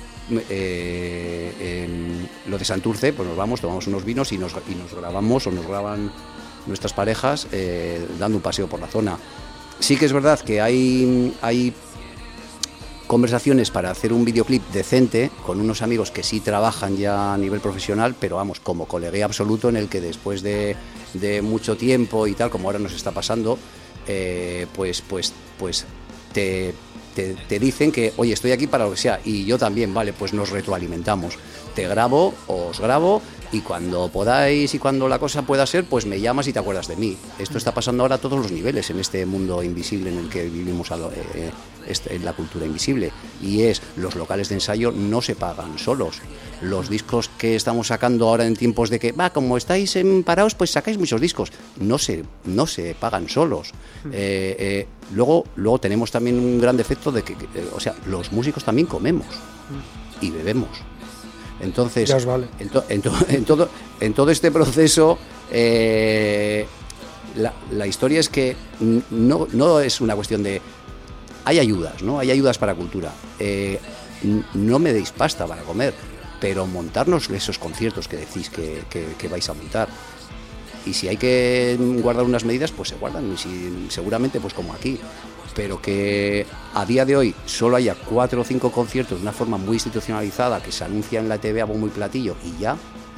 Eh, en lo de Santurce, pues nos vamos, tomamos unos vinos y nos, y nos grabamos o nos graban nuestras parejas eh, dando un paseo por la zona. Sí que es verdad que hay, hay conversaciones para hacer un videoclip decente con unos amigos que sí trabajan ya a nivel profesional, pero vamos, como colegué absoluto, en el que después de, de mucho tiempo y tal, como ahora nos está pasando, eh, pues, pues, pues te... Te, te dicen que, oye, estoy aquí para lo que sea, y yo también, vale, pues nos retroalimentamos. Te grabo, os grabo, y cuando podáis y cuando la cosa pueda ser, pues me llamas y te acuerdas de mí. Esto está pasando ahora a todos los niveles en este mundo invisible en el que vivimos, a lo, eh, este, en la cultura invisible. Y es, los locales de ensayo no se pagan solos. Los discos que estamos sacando ahora en tiempos de que, va, como estáis en parados, pues sacáis muchos discos. No se, no se pagan solos. Eh, eh, luego, luego tenemos también un gran defecto de que, que eh, o sea, los músicos también comemos y bebemos. Entonces, Ya os vale. en, to, en, to, en, todo, en todo este proceso, eh, la, la historia es que no, no es una cuestión de... Hay ayudas, ¿no? Hay ayudas para cultura. Eh, no me deis pasta para comer, pero montarnos esos conciertos que decís que, que, que vais a montar. Y si hay que guardar unas medidas, pues se guardan, y si, seguramente pues como aquí. Pero que a día de hoy solo haya cuatro o cinco conciertos de una forma muy institucionalizada, que se anuncia en la T V a bombo y platillo y ya,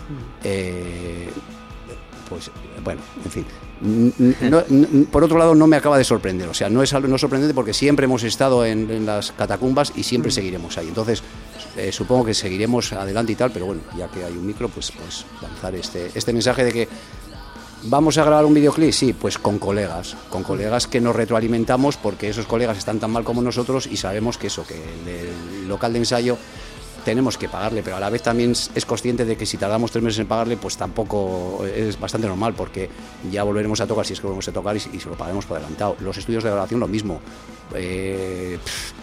eh, pues bueno, en fin. No, no, por otro lado, no me acaba de sorprender, o sea, no es algo no sorprendente, porque siempre hemos estado en, en las catacumbas y siempre mm. seguiremos ahí. Entonces, eh, supongo que seguiremos adelante y tal, pero bueno, ya que hay un micro, pues, pues lanzar este, este mensaje de que ¿vamos a grabar un videoclip? Sí, pues con colegas, con colegas que nos retroalimentamos, porque esos colegas están tan mal como nosotros y sabemos que eso, que el, el local de ensayo tenemos que pagarle, pero a la vez también es consciente de que si tardamos tres meses en pagarle, pues tampoco es bastante normal, porque ya volveremos a tocar, si es que volvemos a tocar, y, y se lo pagaremos por adelantado. Los estudios de grabación lo mismo. Eh,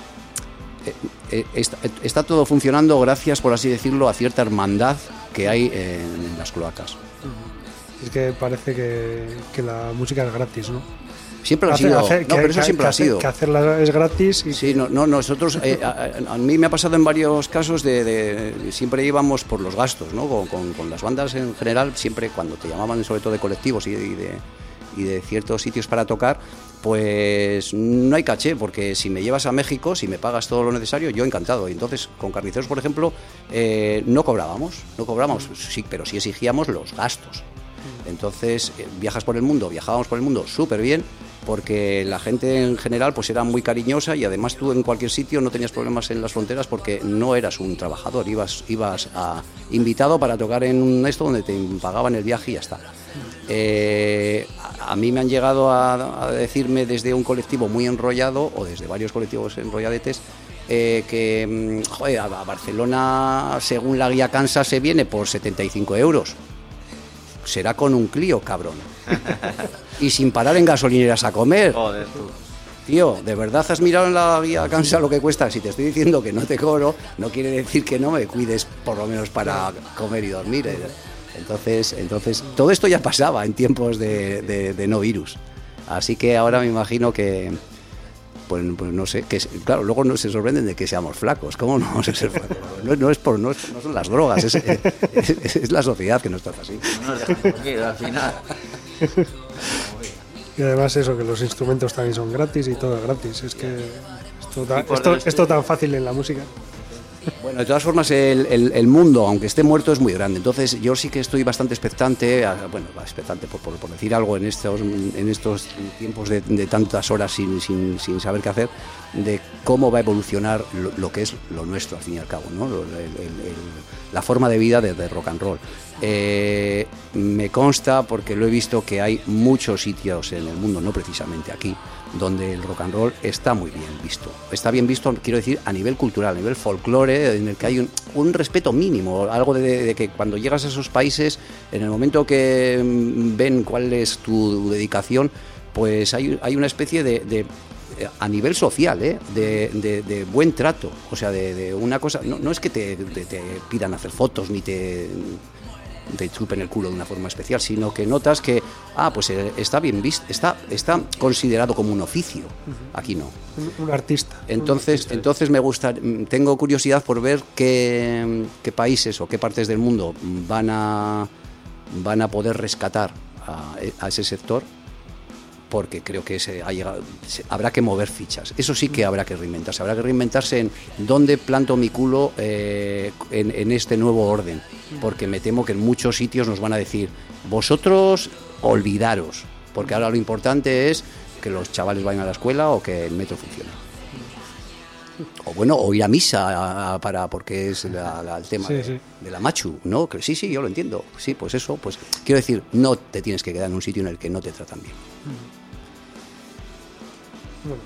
eh, está, está todo funcionando gracias, por así decirlo, a cierta hermandad que hay en, en las cloacas. Es que parece que, que la música es gratis, ¿no? Siempre lo ha hacer, sido. Hacer, no, que, pero eso que, siempre que ha sido. Que hacerla es gratis. Y... Sí, no, no nosotros, eh, a, a mí me ha pasado en varios casos de, de siempre íbamos por los gastos, ¿no? Con, con, con las bandas en general, siempre cuando te llamaban, sobre todo de colectivos y de, y de, y de ciertos sitios para tocar, pues no hay caché, porque si me llevas a México, si me pagas todo lo necesario, yo encantado. Y entonces, con Carniceros, por ejemplo, eh, no cobrábamos, no cobrábamos, sí, pero sí exigíamos los gastos. Entonces, eh, viajas por el mundo, viajábamos por el mundo súper bien, porque la gente en general pues era muy cariñosa, y además tú en cualquier sitio no tenías problemas en las fronteras, porque no eras un trabajador, ibas, ibas a, invitado para tocar en un esto donde te pagaban el viaje y ya está. Eh, a, a mí me han llegado a, a decirme desde un colectivo muy enrollado, o desde varios colectivos enrolladetes, eh, que joder, a, a Barcelona, según la guía Kansas, se viene por setenta y cinco euros. Será con un Clio, cabrón. Y sin parar en gasolineras a comer. Joder, tú. Tío, ¿de verdad has mirado en la guía Cansa lo que cuesta? Si te estoy diciendo que no te cobro, no quiere decir que no me cuides por lo menos para comer y dormir. Entonces, entonces todo esto ya pasaba en tiempos de, de, de no virus. Así que ahora me imagino que... Pues, pues no sé, que claro, luego no se sorprenden de que seamos flacos. ¿Cómo no vamos a ser flacos? No, no es por, no, es, no son las drogas, es, es, es la sociedad que nos trata así. No nos dejamos ir al final. Y además eso, que los instrumentos también son gratis y todo es gratis. Es que esto, ta, esto, esto tan fácil en la música. Bueno, de todas formas, el, el, el mundo, aunque esté muerto, es muy grande. Entonces, yo sí que estoy bastante expectante, bueno, expectante por, por, por decir algo en estos, en estos tiempos de, de tantas horas sin, sin, sin saber qué hacer, de cómo va a evolucionar lo, lo que es lo nuestro, al fin y al cabo, ¿no? El, el, el, la forma de vida de, de rock and roll. Eh, me consta, porque lo he visto, que hay muchos sitios en el mundo, no precisamente aquí, donde el rock and roll está muy bien visto. Está bien visto, quiero decir, a nivel cultural, a nivel folclore, en el que hay un, un respeto mínimo, algo de, de que cuando llegas a esos países, en el momento que ven cuál es tu dedicación, pues hay, hay una especie de, de a nivel social, ¿eh? de, de, de buen trato, o sea, de, de una cosa, no, no es que te, te, te pidan hacer fotos ni te... te chupen el culo de una forma especial, sino que notas que, ah, pues está bien visto, está, está considerado como un oficio. Aquí no. Un, un artista. Entonces, un artista. entonces me gusta, tengo curiosidad por ver qué, qué países o qué partes del mundo van a, van a poder rescatar a, a ese sector, porque creo que se ha llegado, se, habrá que mover fichas. Eso sí que habrá que reinventarse. Habrá que reinventarse en dónde planto mi culo eh, en, en este nuevo orden. Porque me temo que en muchos sitios nos van a decir, vosotros olvidaros. Porque ahora lo importante es que los chavales vayan a la escuela o que el metro funcione. O bueno, o ir a misa a, a, para porque es la, la, el tema sí, de, sí. de la machu, ¿no? Que sí, sí, yo lo entiendo. Sí, pues eso, pues quiero decir, no te tienes que quedar en un sitio en el que no te tratan bien. Bueno,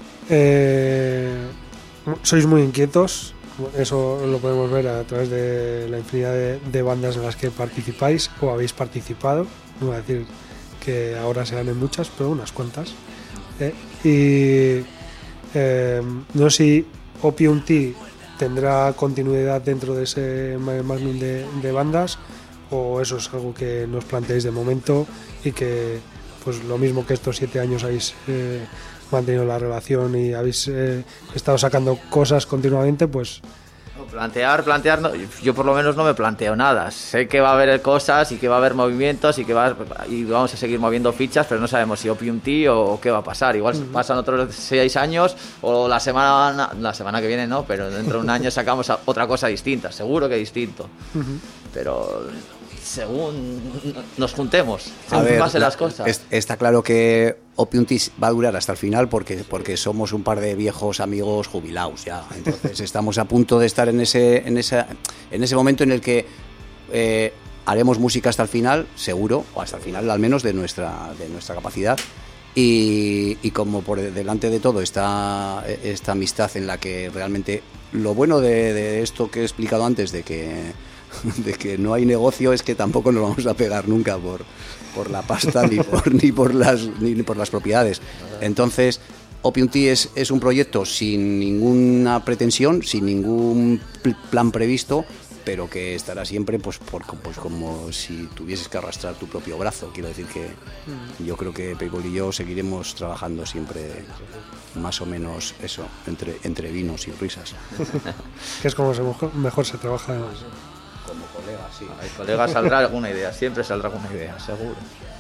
eh, sois muy inquietos, eso lo podemos ver a través de la infinidad de, de bandas en las que participáis o habéis participado. No voy a decir que ahora sean en muchas, pero unas cuantas. Eh, y eh, no sé si Opium Tea tendrá continuidad dentro de ese magnum de, de bandas, o eso es algo que nos planteáis de momento y que, pues lo mismo que estos siete años habéis eh, mantenido la relación y habéis eh, estado sacando cosas continuamente, pues... Plantear, plantear, no, yo por lo menos no me planteo nada. Sé que va a haber cosas y que va a haber movimientos y que va y vamos a seguir moviendo fichas, pero no sabemos si Opium Tea o, o qué va a pasar. Igual uh-huh. pasan otros seis años o la semana la semana que viene no, pero dentro de un año sacamos otra cosa distinta, seguro que distinto. Uh-huh. Pero según nos juntemos, según ver, pasen las cosas. Es, está claro que Opium Tea va a durar hasta el final porque, porque somos un par de viejos amigos jubilados ya. Entonces estamos a punto de estar en ese, en esa, en ese momento en el que eh, haremos música hasta el final, seguro, o hasta el final al menos de nuestra, de nuestra capacidad. Y, y como por delante de todo está esta amistad en la que realmente lo bueno de, de esto que he explicado antes, de que de que no hay negocio, es que tampoco nos vamos a pegar nunca por, por la pasta ni por, ni, por las, ni por las propiedades. Entonces, Opium Tea es, es un proyecto sin ninguna pretensión, sin ningún plan previsto, pero que estará siempre pues, por, pues como si tuvieses que arrastrar tu propio brazo. Quiero decir que yo creo que Payball y yo seguiremos trabajando siempre más o menos eso, entre, entre vinos y risas. Que es como se mejor, mejor se trabaja además. Como colega, sí. Hay colega saldrá alguna idea, siempre saldrá alguna idea, seguro.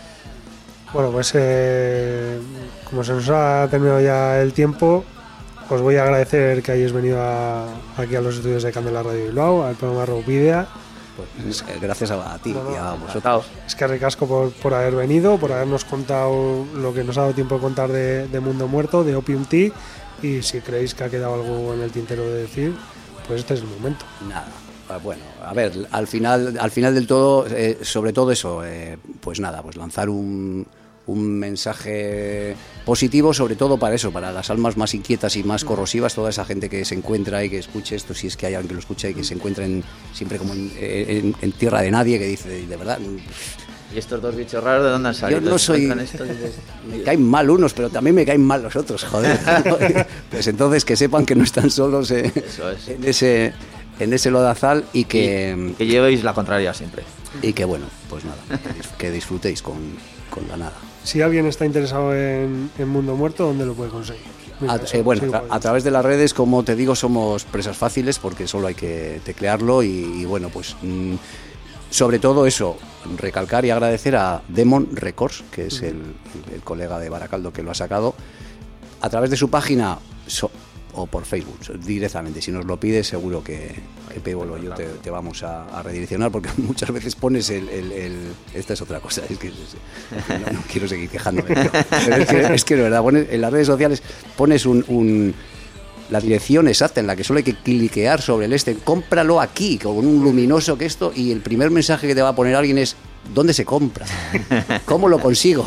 Bueno, pues eh, como se nos ha terminado ya el tiempo, os voy a agradecer que hayáis venido a, aquí a los estudios de Candela Radio Bilbao, al programa Rock Video. Pues, gracias a ti no, no, y a vosotros. Es que ricasco por, por haber venido, por habernos contado lo que nos ha dado tiempo de contar de, de Mundo Muerto, de Opium Tea, y si creéis que ha quedado algo en el tintero de decir, pues este es el momento. Nada. Bueno, a ver, al final, al final del todo, eh, sobre todo eso, eh, pues nada, pues lanzar un, un mensaje positivo, sobre todo para eso, para las almas más inquietas y más corrosivas, toda esa gente que se encuentra y que escuche esto, si es que hay alguien que lo escucha y que se encuentra en, siempre como en, en, en tierra de nadie, que dice, de verdad... ¿Y estos dos bichos raros de dónde han salido? Yo no soy... Me caen mal unos, pero también me caen mal los otros, joder. Pues entonces que sepan que no están solos eh, eso es. en ese... en ese lodazal y que... Y que llevéis la contraria siempre. Y que bueno, pues nada, que disfrutéis con, con la nada. Si alguien está interesado en, en Mundo Muerto, ¿dónde lo puede conseguir? A, eh, bueno, a, a través de las redes, como te digo, somos presas fáciles porque solo hay que teclearlo y, y bueno, pues mmm, sobre todo eso, recalcar y agradecer a Demon Records, que es el, el colega de Baracaldo que lo ha sacado, a través de su página... So, o por Facebook directamente, si nos lo pide seguro que, que Pébolo yo te, te vamos a, a redireccionar, porque muchas veces pones el, el, el... Esta es otra cosa, es que no, no quiero seguir quejándome, pero, pero es, que, es que de verdad, pones, en las redes sociales pones un, un, la dirección exacta en la que solo hay que cliquear sobre el este, cómpralo aquí, con un luminoso que esto, y el primer mensaje que te va a poner alguien es ¿dónde se compra? ¿Cómo lo consigo?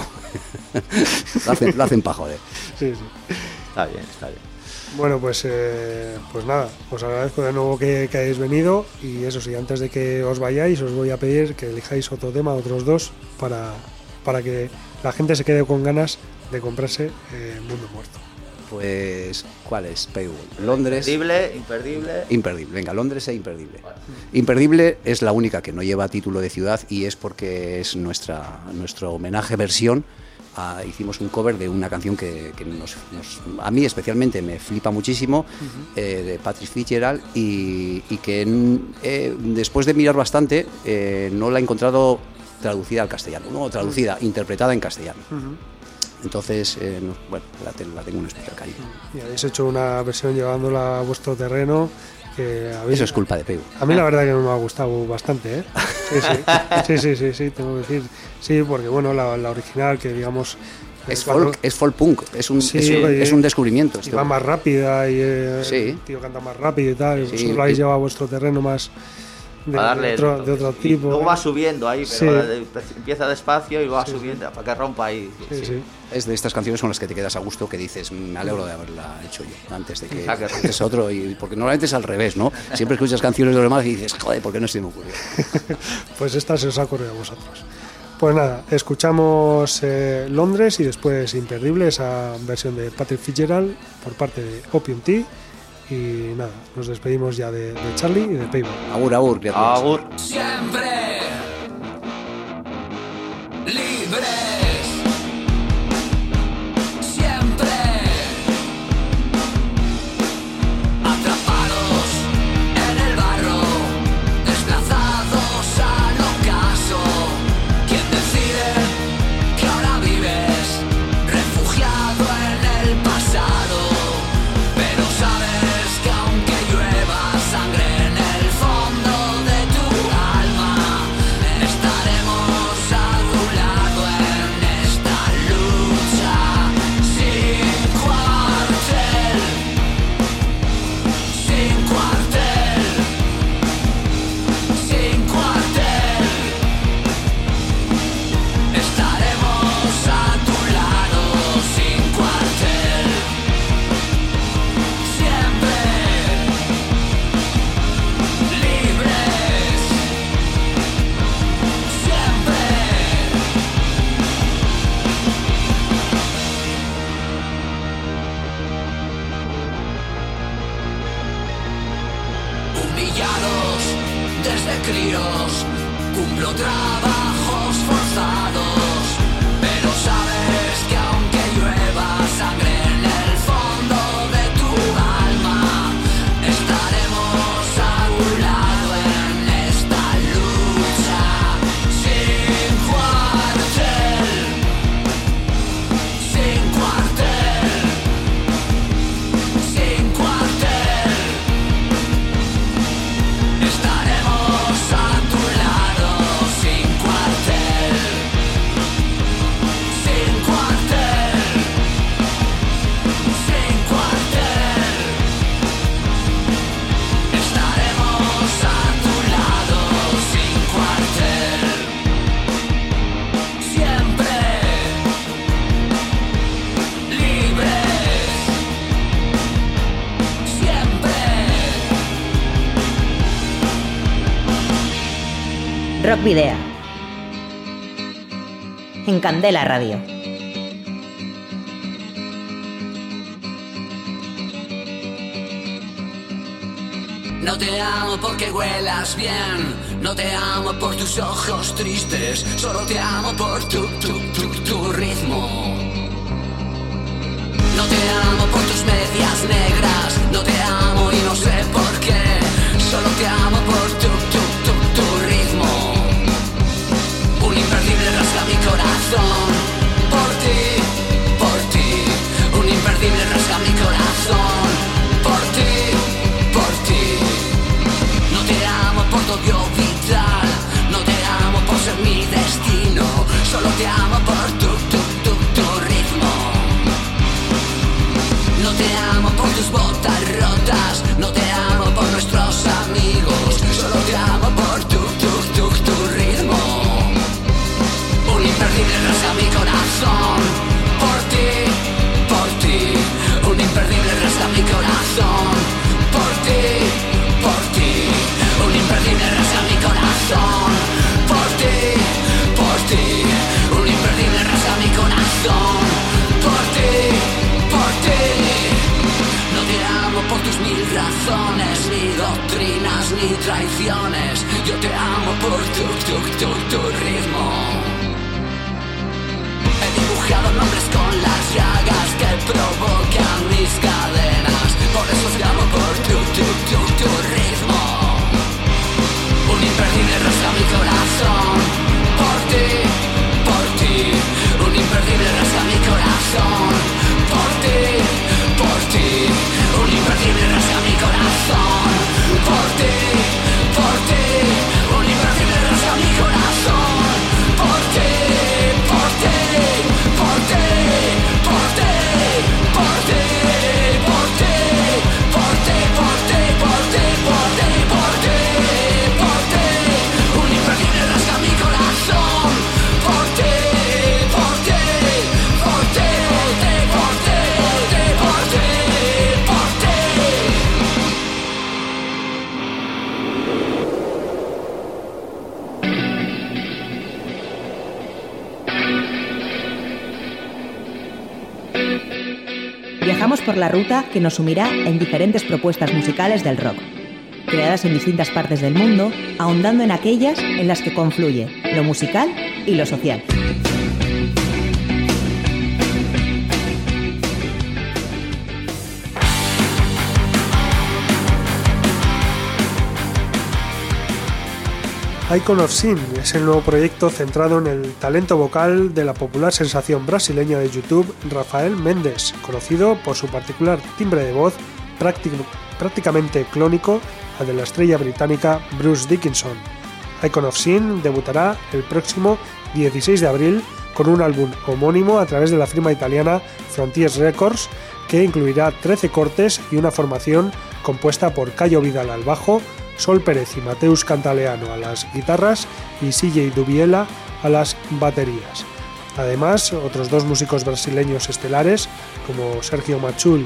Lo hacen, lo hacen pa' joder. Sí, sí. Está bien, está bien. Bueno, pues, eh, pues nada, os agradezco de nuevo que, que hayáis venido, y eso sí, antes de que os vayáis os voy a pedir que elijáis otro tema, otros dos, para, para que la gente se quede con ganas de comprarse eh, Mundo Muerto. Pues, ¿cuál es? Paywall. Londres. Imperdible, imperdible. Imperdible, venga, Londres e imperdible. Imperdible es la única que no lleva título de ciudad, y es porque es nuestra nuestro homenaje versión. Uh, hicimos un cover de una canción que, que nos, nos, a mí especialmente me flipa muchísimo, uh-huh. eh, de Patrick Fitzgerald, y, y que eh, después de mirar bastante eh, no la he encontrado traducida al castellano, no traducida, uh-huh. interpretada en castellano. Uh-huh. Entonces, eh, no, bueno, la, te, la tengo en especial cariño. Y habéis hecho una versión llevándola a vuestro terreno. Que habéis, Eso es culpa de Peu. A mí la verdad que me ha gustado bastante, ¿eh? Sí, sí, sí, sí, sí, sí, tengo que decir. Sí, porque bueno, la, la original, que digamos... Es cuando, folk, es folk punk, es un, sí, es, un, es un descubrimiento. Y va más rápida, y eh, sí. el tío canta más rápido y tal. Sí, vosotros lo habéis llevado a vuestro terreno más... De, darle de, otro, de otro tipo. Luego va subiendo ahí, pero sí. empieza despacio y va sí, subiendo sí. para que rompa ahí. Sí, sí. Sí. Es de estas canciones con las que te quedas a gusto, que dices, me alegro de haberla hecho yo, antes de que es otro, y porque normalmente es al revés, ¿no? Siempre escuchas canciones de los demás y dices, joder, ¿por qué no se me ocurrió? Pues esta se os ha ocurrido a vosotros. Pues nada, escuchamos eh, Londres y después Imperdible, esa versión de Patrick Fitzgerald por parte de Opium Tea. Y nada, nos despedimos ya de, de Charlie y de Paywall. Agur, agur, criaturas. Agur. Siempre libres, siempre atrapados en el barro, desplazados al ocaso. ¿Quién decide que ahora vives refugiado en el pasado? Pero sabes que aunque llueva sangre en el fondo de tu alma, estaremos a tu lado en esta lucha sin cuartel, sin cuartel, sin cuartel. Estaremos a tu lado sin cuartel, siempre libres, siempre. Humillados desde críos, cumplo trabajos forzados, pero sabes que aunque llueva sangre en el fondo de tu alma, estaremos a tu lado en esta lucha sin cuartel, sin cuartel, sin cuartel. Estaremos a tu lado sin cuartel, sin cuartel, sin cuartel. Estaremos a tu lado sin cuartel, siempre libres, siempre. Rock Video. En Candela Radio. No te amo porque huelas bien, no te amo por tus ojos tristes, solo te amo por tu, tu, tu, tu ritmo. No te amo por tus medias negras, no te amo y no sé por qué, solo te amo por tu, tu, tu, tu ritmo. Un imperdible rasga mi corazón, por ti, por ti. Un imperdible rasga mi corazón, por ti, por ti. No ni traiciones. Yo te amo por tu, tu, tu, tu ritmo. He dibujado nombres con las llagas que provocan mis cadenas. Por eso te amo por tu, tu, tu, tu ritmo. Un imperdible rasga mi corazón. Por ti, por ti. Un imperdible rasga mi corazón. Por ti, por ti. Un imperdible rasga mi corazón. Por ti, por ti. Un imperdible rasga mi corazón. Por ti, por ti. Por ti, por ti. Por ti, por ti. Por ti, por ti, por ti, por ti, por ti. Por ti. Un imperdible rasga mi corazón. Por ti, por ti. Por ti, por ti, por ti, por ti. Viajamos por la ruta que nos sumirá en diferentes propuestas musicales del rock, creadas en distintas partes del mundo, ahondando en aquellas en las que confluye lo musical y lo social. Icon of Sin es el nuevo proyecto centrado en el talento vocal de la popular sensación brasileña de YouTube Rafael Mendes, conocido por su particular timbre de voz prácticamente clónico al de la estrella británica Bruce Dickinson. Icon of Sin debutará el próximo dieciséis de abril con un álbum homónimo a través de la firma italiana Frontiers Records, que incluirá trece cortes y una formación compuesta por Cayo Vidal al bajo, Sol Pérez y Mateus Cantaleano a las guitarras y C J Dubiela a las baterías. Además, otros dos músicos brasileños estelares, como Sergio Machul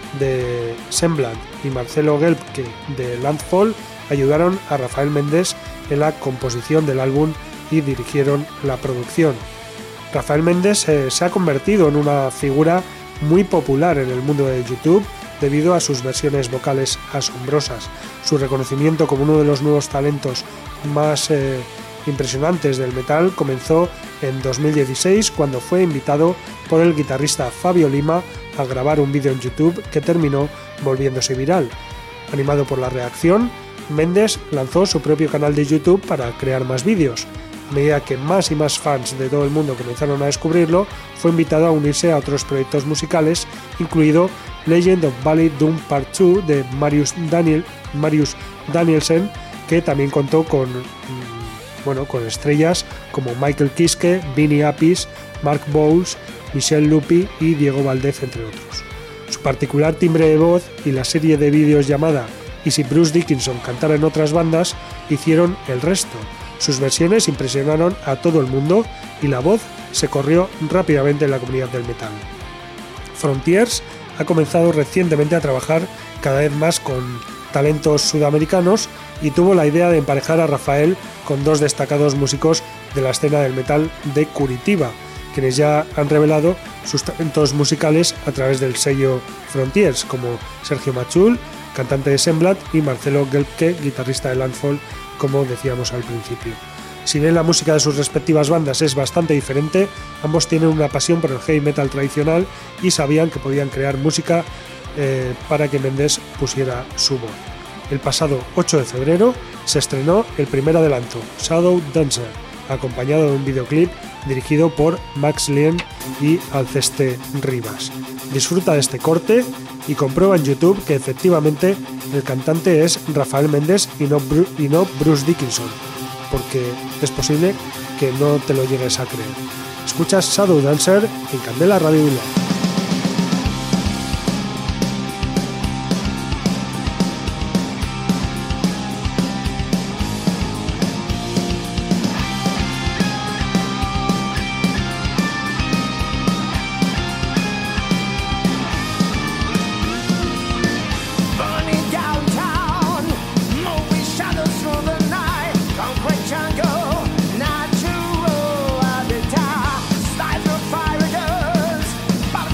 de Semblant y Marcelo Gelbke de Landfall, ayudaron a Rafael Mendes en la composición del álbum y dirigieron la producción. Rafael Mendes eh, se ha convertido en una figura muy popular en el mundo de YouTube debido a sus versiones vocales asombrosas. Su reconocimiento como uno de los nuevos talentos más eh, impresionantes del metal comenzó en dos mil dieciséis, cuando fue invitado por el guitarrista Fabio Lima a grabar un vídeo en YouTube que terminó volviéndose viral. Animado por la reacción, Mendes lanzó su propio canal de YouTube para crear más vídeos. A medida que más y más fans de todo el mundo comenzaron a descubrirlo, fue invitado a unirse a otros proyectos musicales, incluido Legend of Valley Doom Part dos de Marius, Daniel, Marius Danielsen, que también contó con, bueno, con estrellas como Michael Kiske, Vinny Appice, Mark Bowles, Michelle Lupi y Diego Valdez, entre otros. Su particular timbre de voz y la serie de vídeos llamada "Y si Bruce Dickinson cantara en otras bandas" hicieron el resto. Sus versiones impresionaron a todo el mundo y la voz se corrió rápidamente en la comunidad del metal. Frontiers ha comenzado recientemente a trabajar cada vez más con talentos sudamericanos y tuvo la idea de emparejar a Rafael con dos destacados músicos de la escena del metal de Curitiba, quienes ya han revelado sus talentos musicales a través del sello Frontiers, como Sergio Machul, cantante de Semblant, y Marcelo Gelbke, guitarrista de Landfall, como decíamos al principio. Si bien la música de sus respectivas bandas es bastante diferente, ambos tienen una pasión por el heavy metal tradicional y sabían que podían crear música eh, para que Mendes pusiera su voz. El pasado ocho de febrero se estrenó el primer adelanto, Shadow Dancer, acompañado de un videoclip dirigido por Max Lien y Alceste Rivas. Disfruta de este corte y comprueba en YouTube que efectivamente el cantante es Rafael Mendes y no, Bru- y no Bruce Dickinson, porque es posible que no te lo llegues a creer. Escuchas Shadow Dancer en Candela Radio Bilbao. Natural habitat, stifle fire girls.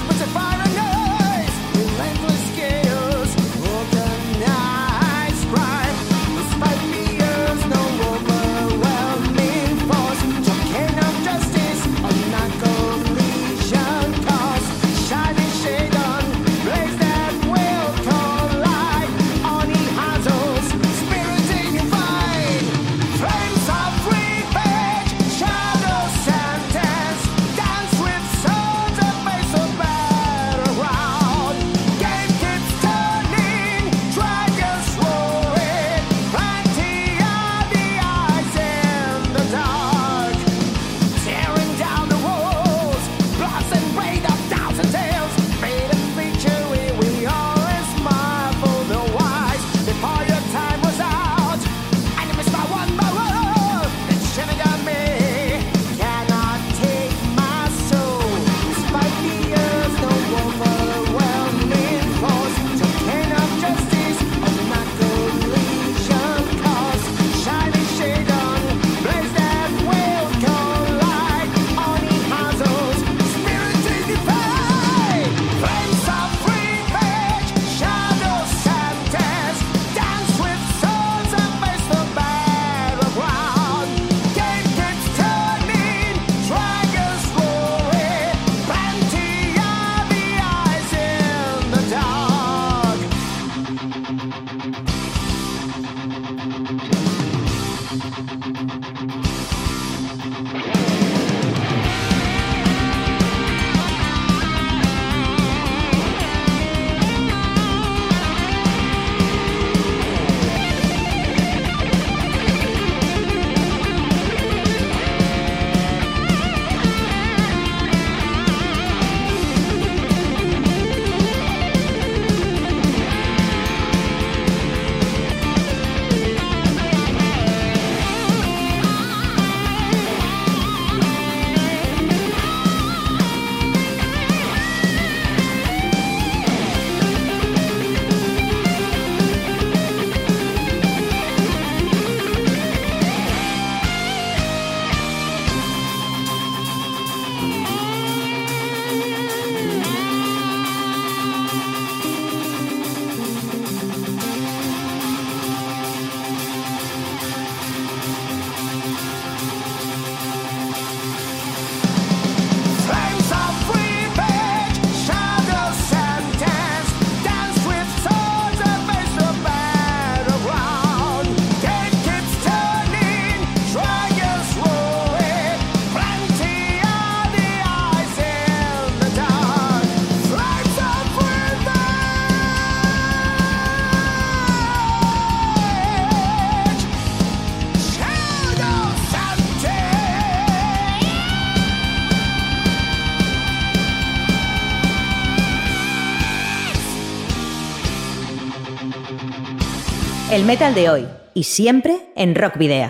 El metal de hoy y siempre en Rock Video.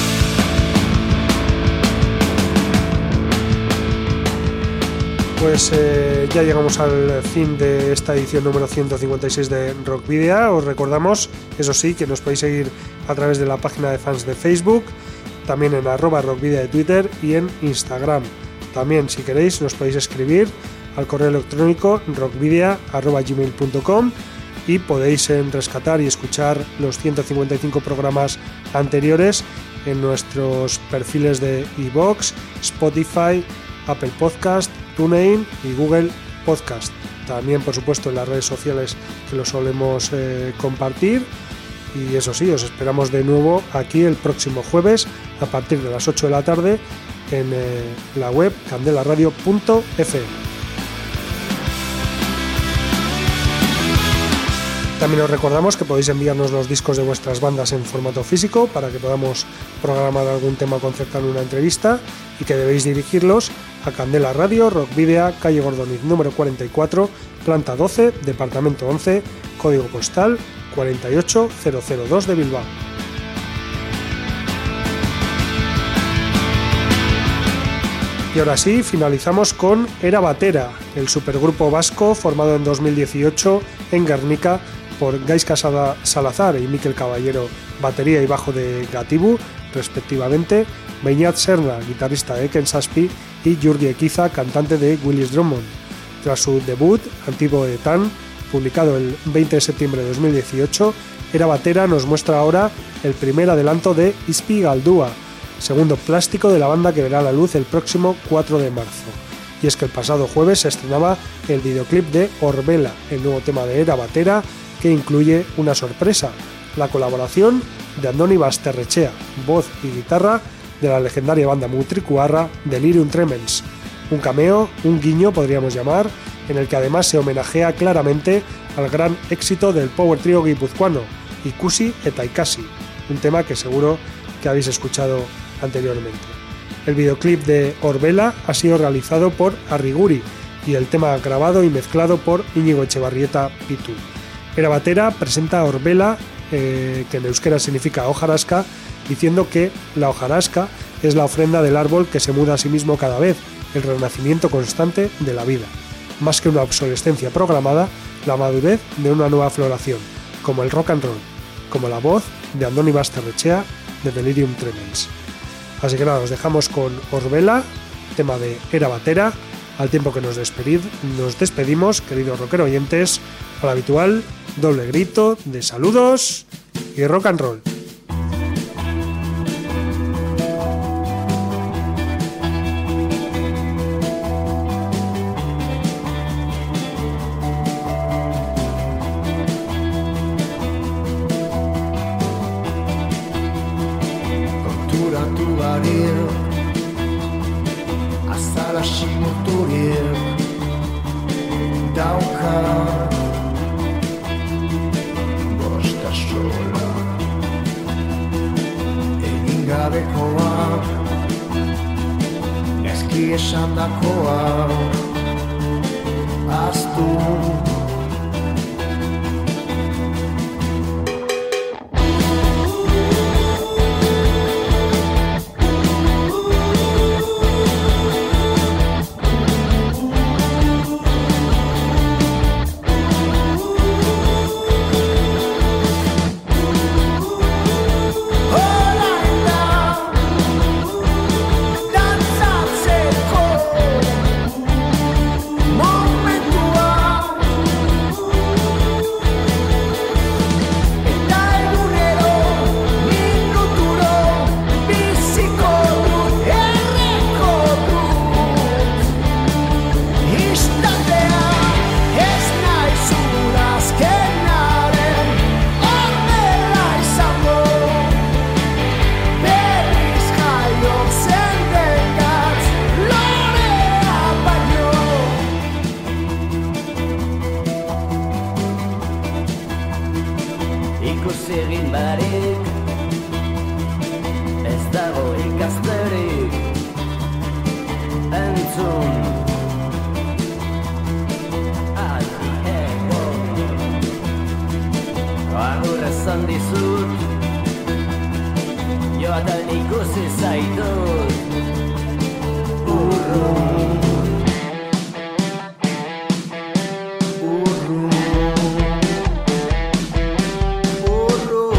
Pues eh, ya llegamos al fin de esta edición número ciento cincuenta y seis de Rock Video. Os recordamos, eso sí, que nos podéis seguir a través de la página de fans de Facebook, también en arroba rockvidea de Twitter y en Instagram. También, si queréis, nos podéis escribir al correo electrónico rockvidea arroba gmail punto com y podéis en rescatar y escuchar los ciento cincuenta y cinco programas anteriores en nuestros perfiles de iVoox, Spotify, Apple Podcast, TuneIn y Google Podcast. También, por supuesto, en las redes sociales que lo solemos eh, compartir. Y eso sí, os esperamos de nuevo aquí el próximo jueves a partir de las ocho de la tarde en eh, la web candelaradio punto efe eme. También os recordamos que podéis enviarnos los discos de vuestras bandas en formato físico para que podamos programar algún tema o concertar una entrevista, y que debéis dirigirlos a Candela Radio, Rock Video, calle Gordoniz número cuarenta y cuatro, planta doce, departamento once, código postal cuarenta y ocho mil dos de Bilbao. Y ahora sí, finalizamos con Era Batera, el supergrupo vasco formado en dos mil dieciocho en Guernica por Gaizka Salazar y Mikel Caballero, batería y bajo de Gatibu, respectivamente, Beñat Serna, guitarrista de Ken Saspi, y Jurgi Ekiza, cantante de Willis Drummond. Tras su debut, Antiguo de Tan, publicado el veinte de septiembre de dos mil dieciocho, Era Batera nos muestra ahora el primer adelanto de Izpi Galdua, segundo plástico de la banda que verá la luz el próximo cuatro de marzo. Y es que el pasado jueves se estrenaba el videoclip de Orbela, el nuevo tema de Era Batera, que incluye una sorpresa, la colaboración de Andoni Basterrechea, voz y guitarra de la legendaria banda mutricuarra Delirium Tremens. Un cameo, un guiño podríamos llamar, en el que además se homenajea claramente al gran éxito del power trio guipuzcoano, Ikusi eta Ikasi, un tema que seguro que habéis escuchado anteriormente. El videoclip de Orbela ha sido realizado por Arriguri y el tema grabado y mezclado por Íñigo Echevarrieta Pitu. Era Batera presenta a Orbela, eh, que en euskera significa hojarasca, diciendo que la hojarasca es la ofrenda del árbol que se muda a sí mismo cada vez, el renacimiento constante de la vida. Más que una obsolescencia programada, la madurez de una nueva floración, como el rock and roll, como la voz de Andoni Basterrechea de Delirium Tremens. Así que nada, os dejamos con Orbela, tema de Era Batera, al tiempo que nos, despedid, nos despedimos, queridos rockero oyentes, al habitual doble grito de saludos y rock and roll. batal ikusi zaitut urrun urrun urrun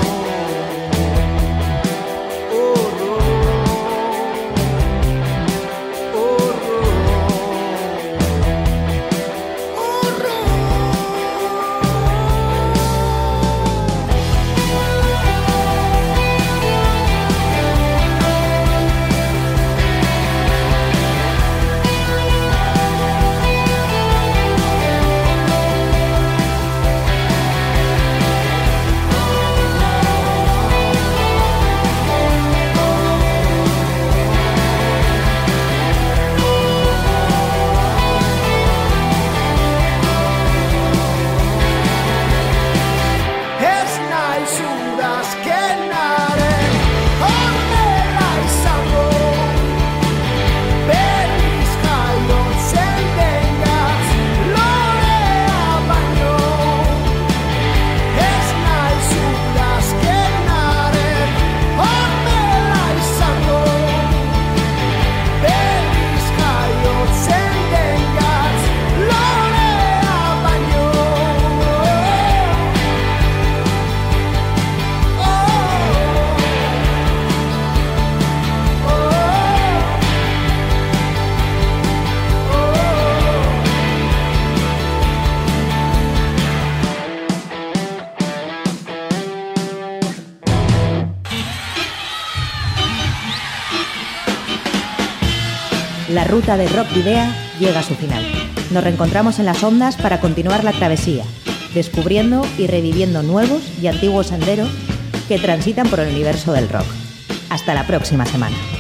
La ruta de Rock Video llega a su final. Nos reencontramos en las ondas para continuar la travesía, descubriendo y reviviendo nuevos y antiguos senderos que transitan por el universo del rock. Hasta la próxima semana.